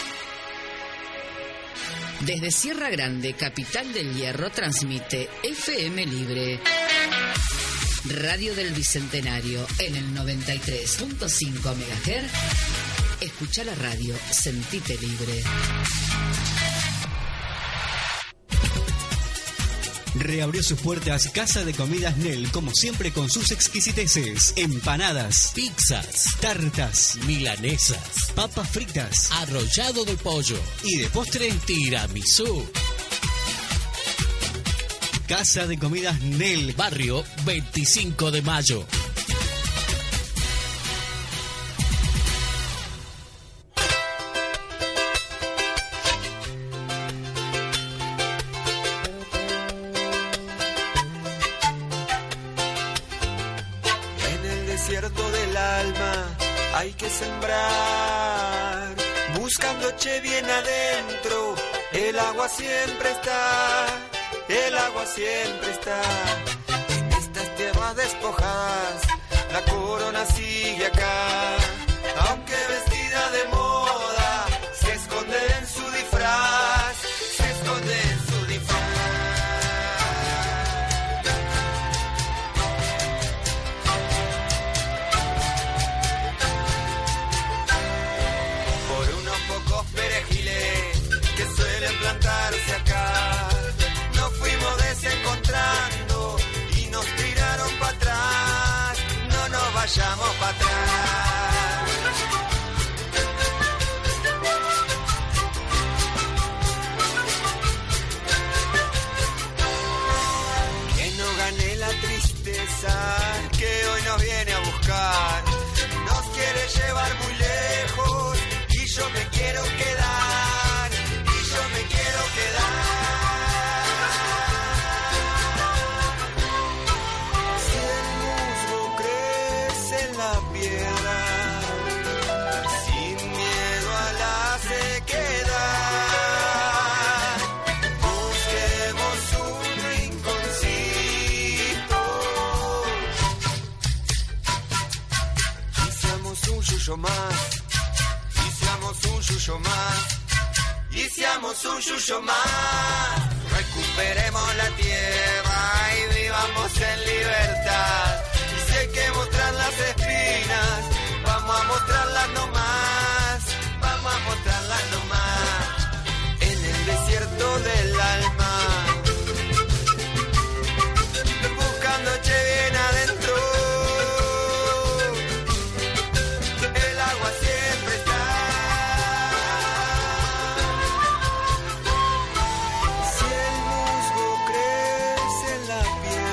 Desde Sierra Grande, capital del Hierro, transmite F M Libre. Radio del Bicentenario en el noventa y tres punto cinco megahertz. Escucha la radio, sentite libre.
Reabrió sus puertas Casa de Comidas Nel, como siempre con sus exquisiteces: empanadas, pizzas, tartas, milanesas, papas fritas, arrollado de pollo y de postre tiramisú. Casa de Comidas Nel, barrio veinticinco de mayo.
Hay que sembrar, buscando che bien adentro, El agua siempre está, el agua siempre está. En estas tierras despojadas, la corona sigue acá. Aunque vestida de moda, se esconde en su disfraz, se esconde en su disfraz. Por unos pocos perejiles que suelen plantarse acá, nos fuimos desencontrando y nos tiraron para atrás. No nos vayamos para atrás. Que no gane la tristeza que hoy nos viene a buscar. Nos quiere llevar muy lejos y yo me quiero quedar, y yo me quiero quedar. Si el musgo crece en la piedra, sin miedo a la sequedad, busquemos un rinconcito y seamos un yuyo más, y seamos un yuyo más, y seamos un yuyo más. Recuperemos la tierra y vivamos en libertad. Y si hay que mostrar las espinas, vamos a mostrarlas nomás, vamos a mostrarlas nomás. En el desierto del alma, buscando che bien adentro. El agua siempre está. Si el musgo crece en la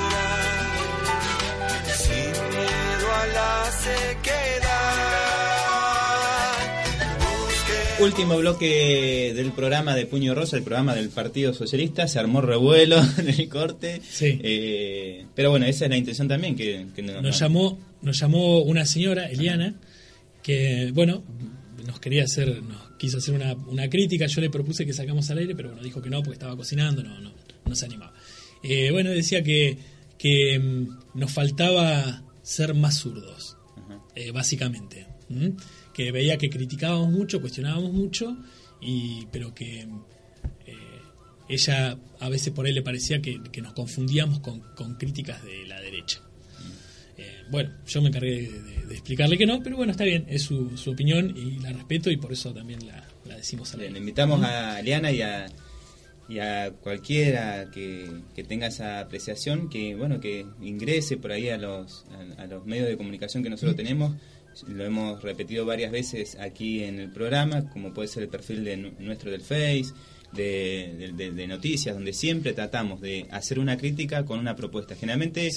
piedra, sin miedo a la sequedad, busque.
Último bloque del programa de Puño Rosa, el programa del Partido Socialista. Se armó revuelo en el corte.
Sí.
Eh, pero bueno, esa es la intención también. que, que no-
Nos
no-
llamó, nos llamó una señora, Eliana, que, bueno, nos quería hacer, nos quiso hacer una, una crítica. Yo le propuse que sacamos al aire, pero bueno, dijo que no, porque estaba cocinando, no, no, no se animaba. Eh, bueno, decía que, que mm, nos faltaba ser más zurdos, eh, básicamente. ¿Mm? Que veía que criticábamos mucho, cuestionábamos mucho, y pero que eh, ella a veces por ahí le parecía que, que nos confundíamos con, con críticas de la derecha. Eh, bueno, yo me encargué de, de- de explicarle que no, pero bueno, está bien, es su, su opinión y la respeto, y por eso también la, la decimos al
Le
aire.
invitamos
¿Mm?
a Liana y a, y a cualquiera que, que tenga esa apreciación, que bueno, que ingrese por ahí a los, a, a los medios de comunicación que nosotros tenemos. Lo hemos repetido varias veces aquí en el programa, como puede ser el perfil de nu- nuestro del Face, de, de- de- de noticias, donde siempre tratamos de hacer una crítica con una propuesta. Generalmente,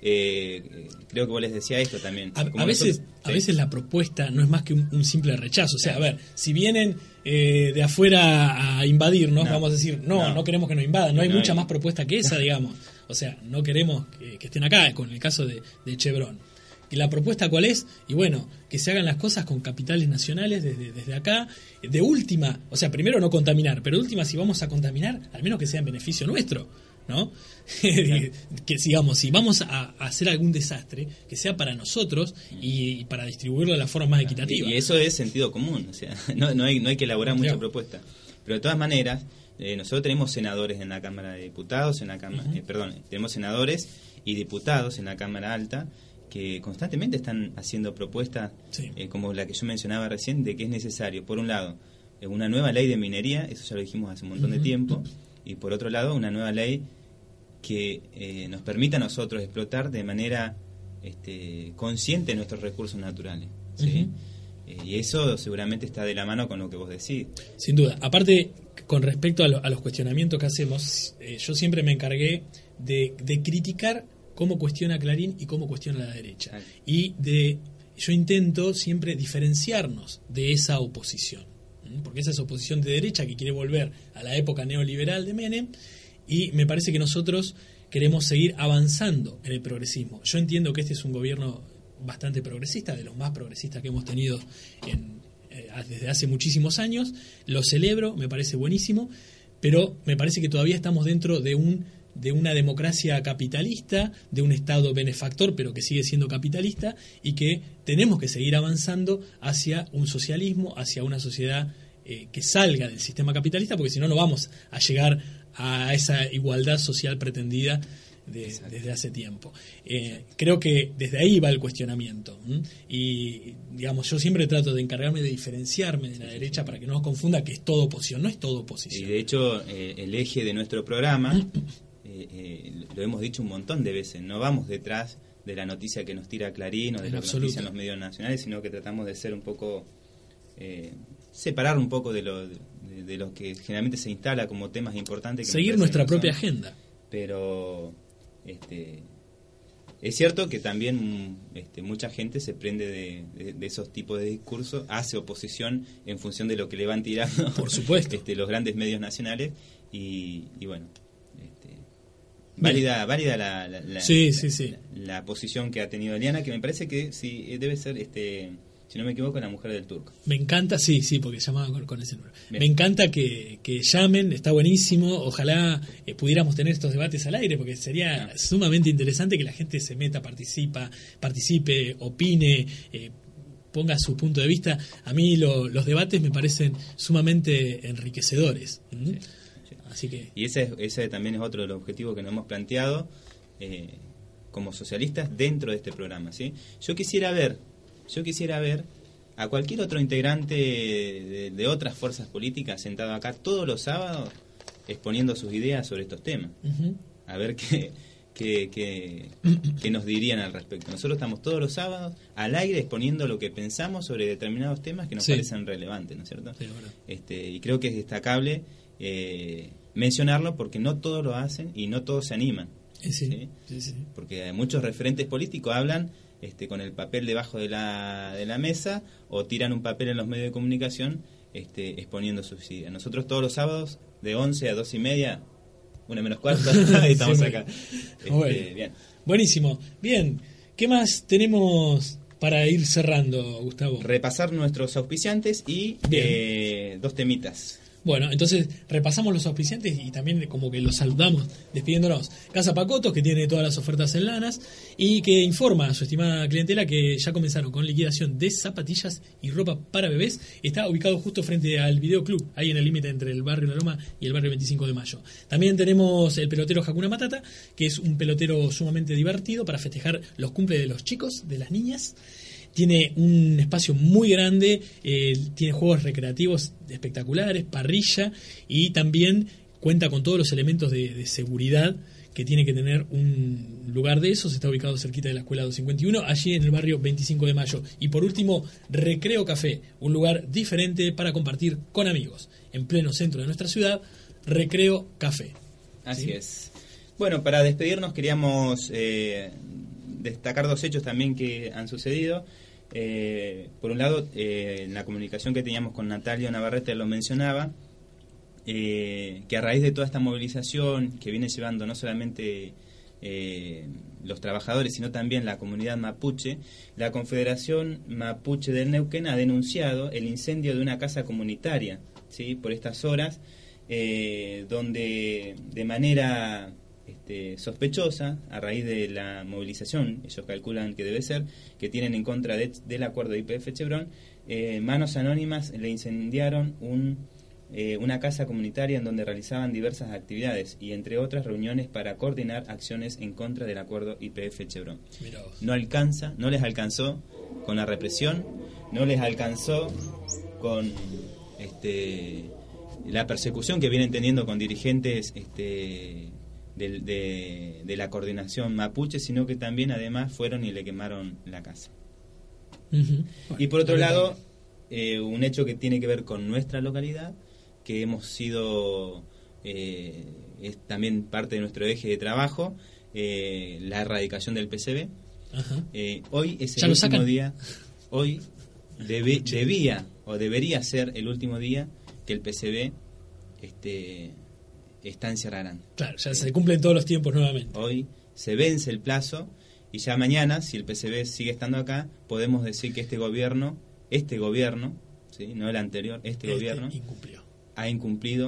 eh, creo que vos les decía esto también.
A,
Como
a veces,
nosotros-
a veces la propuesta no es más que un, un simple rechazo. O sea, a ver, si vienen eh, de afuera a invadirnos,
No.
vamos a decir, no, no,
No.
queremos que nos invadan. No hay
No
mucha
hay.
más propuesta que esa, digamos. O sea, no queremos que, que estén acá, con el caso de, de Chevron. ¿Y la propuesta cuál es? Y bueno, que se hagan las cosas con capitales nacionales desde, desde acá. De última, o sea, primero no contaminar, pero de última, si vamos a contaminar, al menos que sea en beneficio nuestro, ¿no? Que sigamos, si vamos a, a hacer algún desastre, que sea para nosotros y, y para distribuirlo de la forma más equitativa.
Y eso es sentido común, o sea, no, no, hay, no hay que elaborar mucha
Claro.
propuesta. Pero de todas maneras, eh, nosotros tenemos senadores en la Cámara de Diputados, en la Cámara,
Ujú.
eh, perdón, tenemos senadores y diputados en la Cámara Alta que constantemente están haciendo propuestas eh, como la que yo mencionaba recién, de que es necesario, por un lado, eh, una nueva ley de minería, eso ya lo dijimos hace un montón de
Ujú.
tiempo, y por otro lado, una nueva ley que eh, nos permita a nosotros explotar de manera este, consciente nuestros recursos naturales. ¿sí?
Ujú.
Eh, y eso seguramente está de la mano con lo que vos decís.
Sin duda. Aparte, con respecto a, lo- a los cuestionamientos que hacemos, eh, yo siempre me encargué de, de criticar cómo cuestiona Clarín y cómo cuestiona la derecha. Y de yo intento siempre diferenciarnos de esa oposición. ¿m? Porque esa es oposición de derecha que quiere volver a la época neoliberal de Menem, y me parece que nosotros queremos seguir avanzando en el progresismo. Yo entiendo que este es un gobierno bastante progresista, de los más progresistas que hemos tenido en, eh, desde hace muchísimos años. Lo celebro, me parece buenísimo, pero me parece que todavía estamos dentro de un de una democracia capitalista, de un Estado benefactor, pero que sigue siendo capitalista, y que tenemos que seguir avanzando hacia un socialismo, hacia una sociedad eh, que salga del sistema capitalista, porque si no, no vamos a llegar a esa igualdad social pretendida de, desde hace tiempo. Eh, creo que desde ahí va el cuestionamiento. ¿m? Y, digamos, yo siempre trato de encargarme de diferenciarme de la derecha para que no nos confunda que es todo oposición. No es todo oposición.
Y de hecho, eh, el eje de nuestro programa... Eh, eh, lo hemos dicho un montón de veces, no vamos detrás de la noticia que nos tira Clarín o de la noticia en los medios nacionales, sino que tratamos de ser un poco, eh, separar un poco de lo, de, de lo que generalmente se instala como temas importantes. Que
seguir nuestra propia agenda.
Pero este, es cierto que también este, mucha gente se prende de, de, de esos tipos de discursos, hace oposición en función de lo que le van tirando.
Por supuesto.
este, los grandes medios nacionales y, y bueno... Válida, válida la, la, la,
sí,
la,
sí, sí.
La, la posición que ha tenido Eliana, que me parece que sí debe ser, este, si no me equivoco, la mujer del Turco.
Me encanta, sí, sí, porque llamaba con, con ese número. Bien. Me encanta que, que llamen, está buenísimo. Ojalá eh, pudiéramos tener estos debates al aire, porque sería no. sumamente interesante que la gente se meta, participa, participe, opine, eh, ponga su punto de vista. A mí lo, los debates me parecen sumamente enriquecedores. ¿Mm? Sí. Así que...
Y ese, ese también es otro de los objetivos que nos hemos planteado eh, como socialistas dentro de este programa, ¿sí? Yo quisiera ver, yo quisiera ver a cualquier otro integrante de, de otras fuerzas políticas sentado acá todos los sábados exponiendo sus ideas sobre estos temas. Uh-huh. A ver qué, qué, qué, qué nos dirían al respecto. Nosotros estamos todos los sábados al aire exponiendo lo que pensamos sobre determinados temas que nos sí. parecen relevantes, ¿no es cierto?
Sí, bueno.
este, y creo que es destacable Eh, mencionarlo porque no todos lo hacen y no todos se animan.
Sí, ¿sí? Sí, sí.
Porque muchos referentes políticos hablan este, con el papel debajo de la, de la mesa o tiran un papel en los medios de comunicación este, exponiendo sus ideas. Nosotros todos los sábados de once a dos y media, una menos cuarto, estamos
sí,
acá. Este,
bueno.
Bien.
Buenísimo. Bien, ¿qué más tenemos para ir cerrando, Gustavo?
Repasar nuestros auspiciantes y eh, dos temitas.
Bueno, entonces repasamos los auspiciantes y también como que los saludamos despidiéndonos. Casa Pacotos, que tiene todas las ofertas en lanas y que informa a su estimada clientela que ya comenzaron con liquidación de zapatillas y ropa para bebés. Está ubicado justo frente al Videoclub, ahí en el límite entre el barrio La Loma y el barrio veinticinco de mayo. También tenemos el pelotero Hakuna Matata, que es un pelotero sumamente divertido para festejar los cumples de los chicos, de las niñas. Tiene un espacio muy grande, eh, tiene juegos recreativos espectaculares, parrilla y también cuenta con todos los elementos de, de seguridad que tiene que tener un lugar de esos. Está ubicado cerquita de la Escuela doscientos cincuenta y uno, allí en el barrio veinticinco de mayo. Y por último, Recreo Café, un lugar diferente para compartir con amigos. En pleno centro de nuestra ciudad, Recreo Café.
Así
¿sí?
es. Bueno, para despedirnos queríamos eh, destacar dos hechos también que han sucedido. Eh, por un lado, eh, en la comunicación que teníamos con Natalia Navarrete lo mencionaba, eh, que a raíz de toda esta movilización que viene llevando no solamente eh, los trabajadores, sino también la comunidad mapuche, la Confederación Mapuche del Neuquén ha denunciado el incendio de una casa comunitaria, ¿sí? Por estas horas, eh, donde de manera Este, sospechosa, a raíz de la movilización, ellos calculan que debe ser, que tienen en contra de, del acuerdo de Y P F Chevron, eh, manos anónimas le incendiaron un, eh, una casa comunitaria en donde realizaban diversas actividades y entre otras reuniones para coordinar acciones en contra del acuerdo Y P F Chevron. No alcanza, no les alcanzó con la represión, no les alcanzó con este, la persecución que vienen teniendo con dirigentes este, De, de, de la coordinación mapuche, sino que también además fueron y le quemaron la casa.
Uh-huh. Bueno,
y por otro lado, eh, un hecho que tiene que ver con nuestra localidad, que hemos sido, eh, es también parte de nuestro eje de trabajo, eh, la erradicación del P C B. Uh-huh. Eh, hoy es el último día, hoy debe, debía o debería ser el último día que el P C B este está en Cerrarán.
Claro, ya se cumplen todos los tiempos nuevamente.
Hoy se vence el plazo y ya mañana, si el P C B sigue estando acá, podemos decir que este gobierno, este gobierno, ¿sí? No el anterior, este, este gobierno
incumplió.
ha incumplido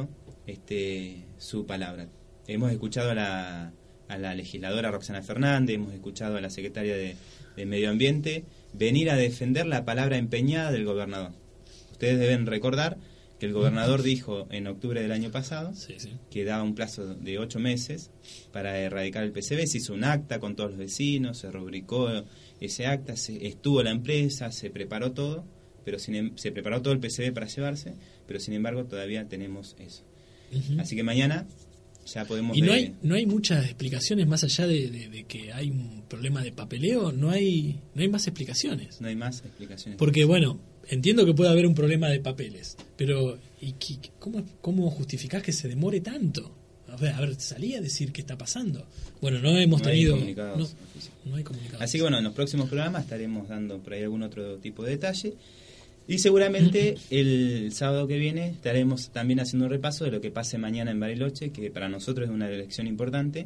este, su palabra. Hemos escuchado a la, a la legisladora Roxana Fernández, hemos escuchado a la secretaria de, de Medio Ambiente venir a defender la palabra empeñada del gobernador. Ustedes deben recordar que el gobernador dijo en octubre del año pasado
sí, sí.
que daba un plazo de ocho meses para erradicar el P C B. Se hizo un acta con todos los vecinos, se rubricó ese acta, se, estuvo la empresa, se preparó todo, pero sin, se preparó todo el P C B para llevarse, pero sin embargo todavía tenemos eso. Uh-huh. Así que mañana ya podemos
¿Y no
ver...
hay, no hay muchas explicaciones más allá de, de, de que hay un problema de papeleo? No hay, no hay más explicaciones.
No hay más explicaciones.
Porque bueno, entiendo que puede haber un problema de papeles, pero ¿y qué, cómo, cómo justificás que se demore tanto? A ver, a ver, salí a decir qué está pasando. Bueno, no hemos
no
tenido...
Hay comunicados
no, no hay comunicados.
Así que bueno, en los próximos programas estaremos dando por ahí algún otro tipo de detalle. Y seguramente el sábado que viene estaremos también haciendo un repaso de lo que pase mañana en Bariloche, que para nosotros es una elección importante,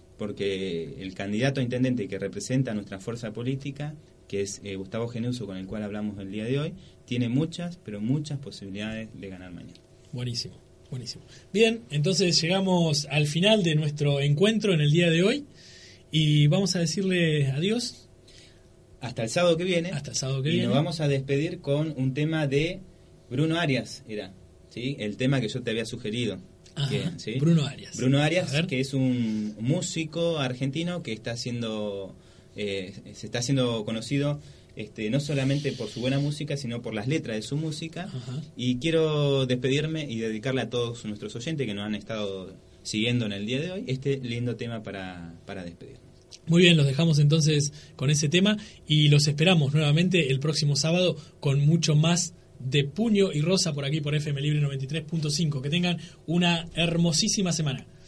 porque el candidato a intendente que representa a nuestra fuerza política, que es eh, Gustavo Genuso, con el cual hablamos el día de hoy, tiene muchas, pero muchas posibilidades de ganar mañana.
Buenísimo, buenísimo. Bien, entonces llegamos al final de nuestro encuentro en el día de hoy y vamos a decirle adiós.
Hasta el sábado que viene.
Hasta el sábado que
y
viene.
nos vamos a despedir con un tema de Bruno Arias, era, ¿sí? El tema que yo te había sugerido.
Ajá,
que, ¿sí?
Bruno Arias.
Bruno Arias, que es un músico argentino que está haciendo, eh, se está haciendo conocido este, no solamente por su buena música, sino por las letras de su música.
Ajá.
Y quiero despedirme y dedicarle a todos nuestros oyentes que nos han estado siguiendo en el día de hoy este lindo tema para, para despedirnos.
Muy bien, los dejamos entonces con ese tema y los esperamos nuevamente el próximo sábado con mucho más de Puño y Rosa por aquí por F M Libre noventa y tres punto cinco. Que tengan una hermosísima semana.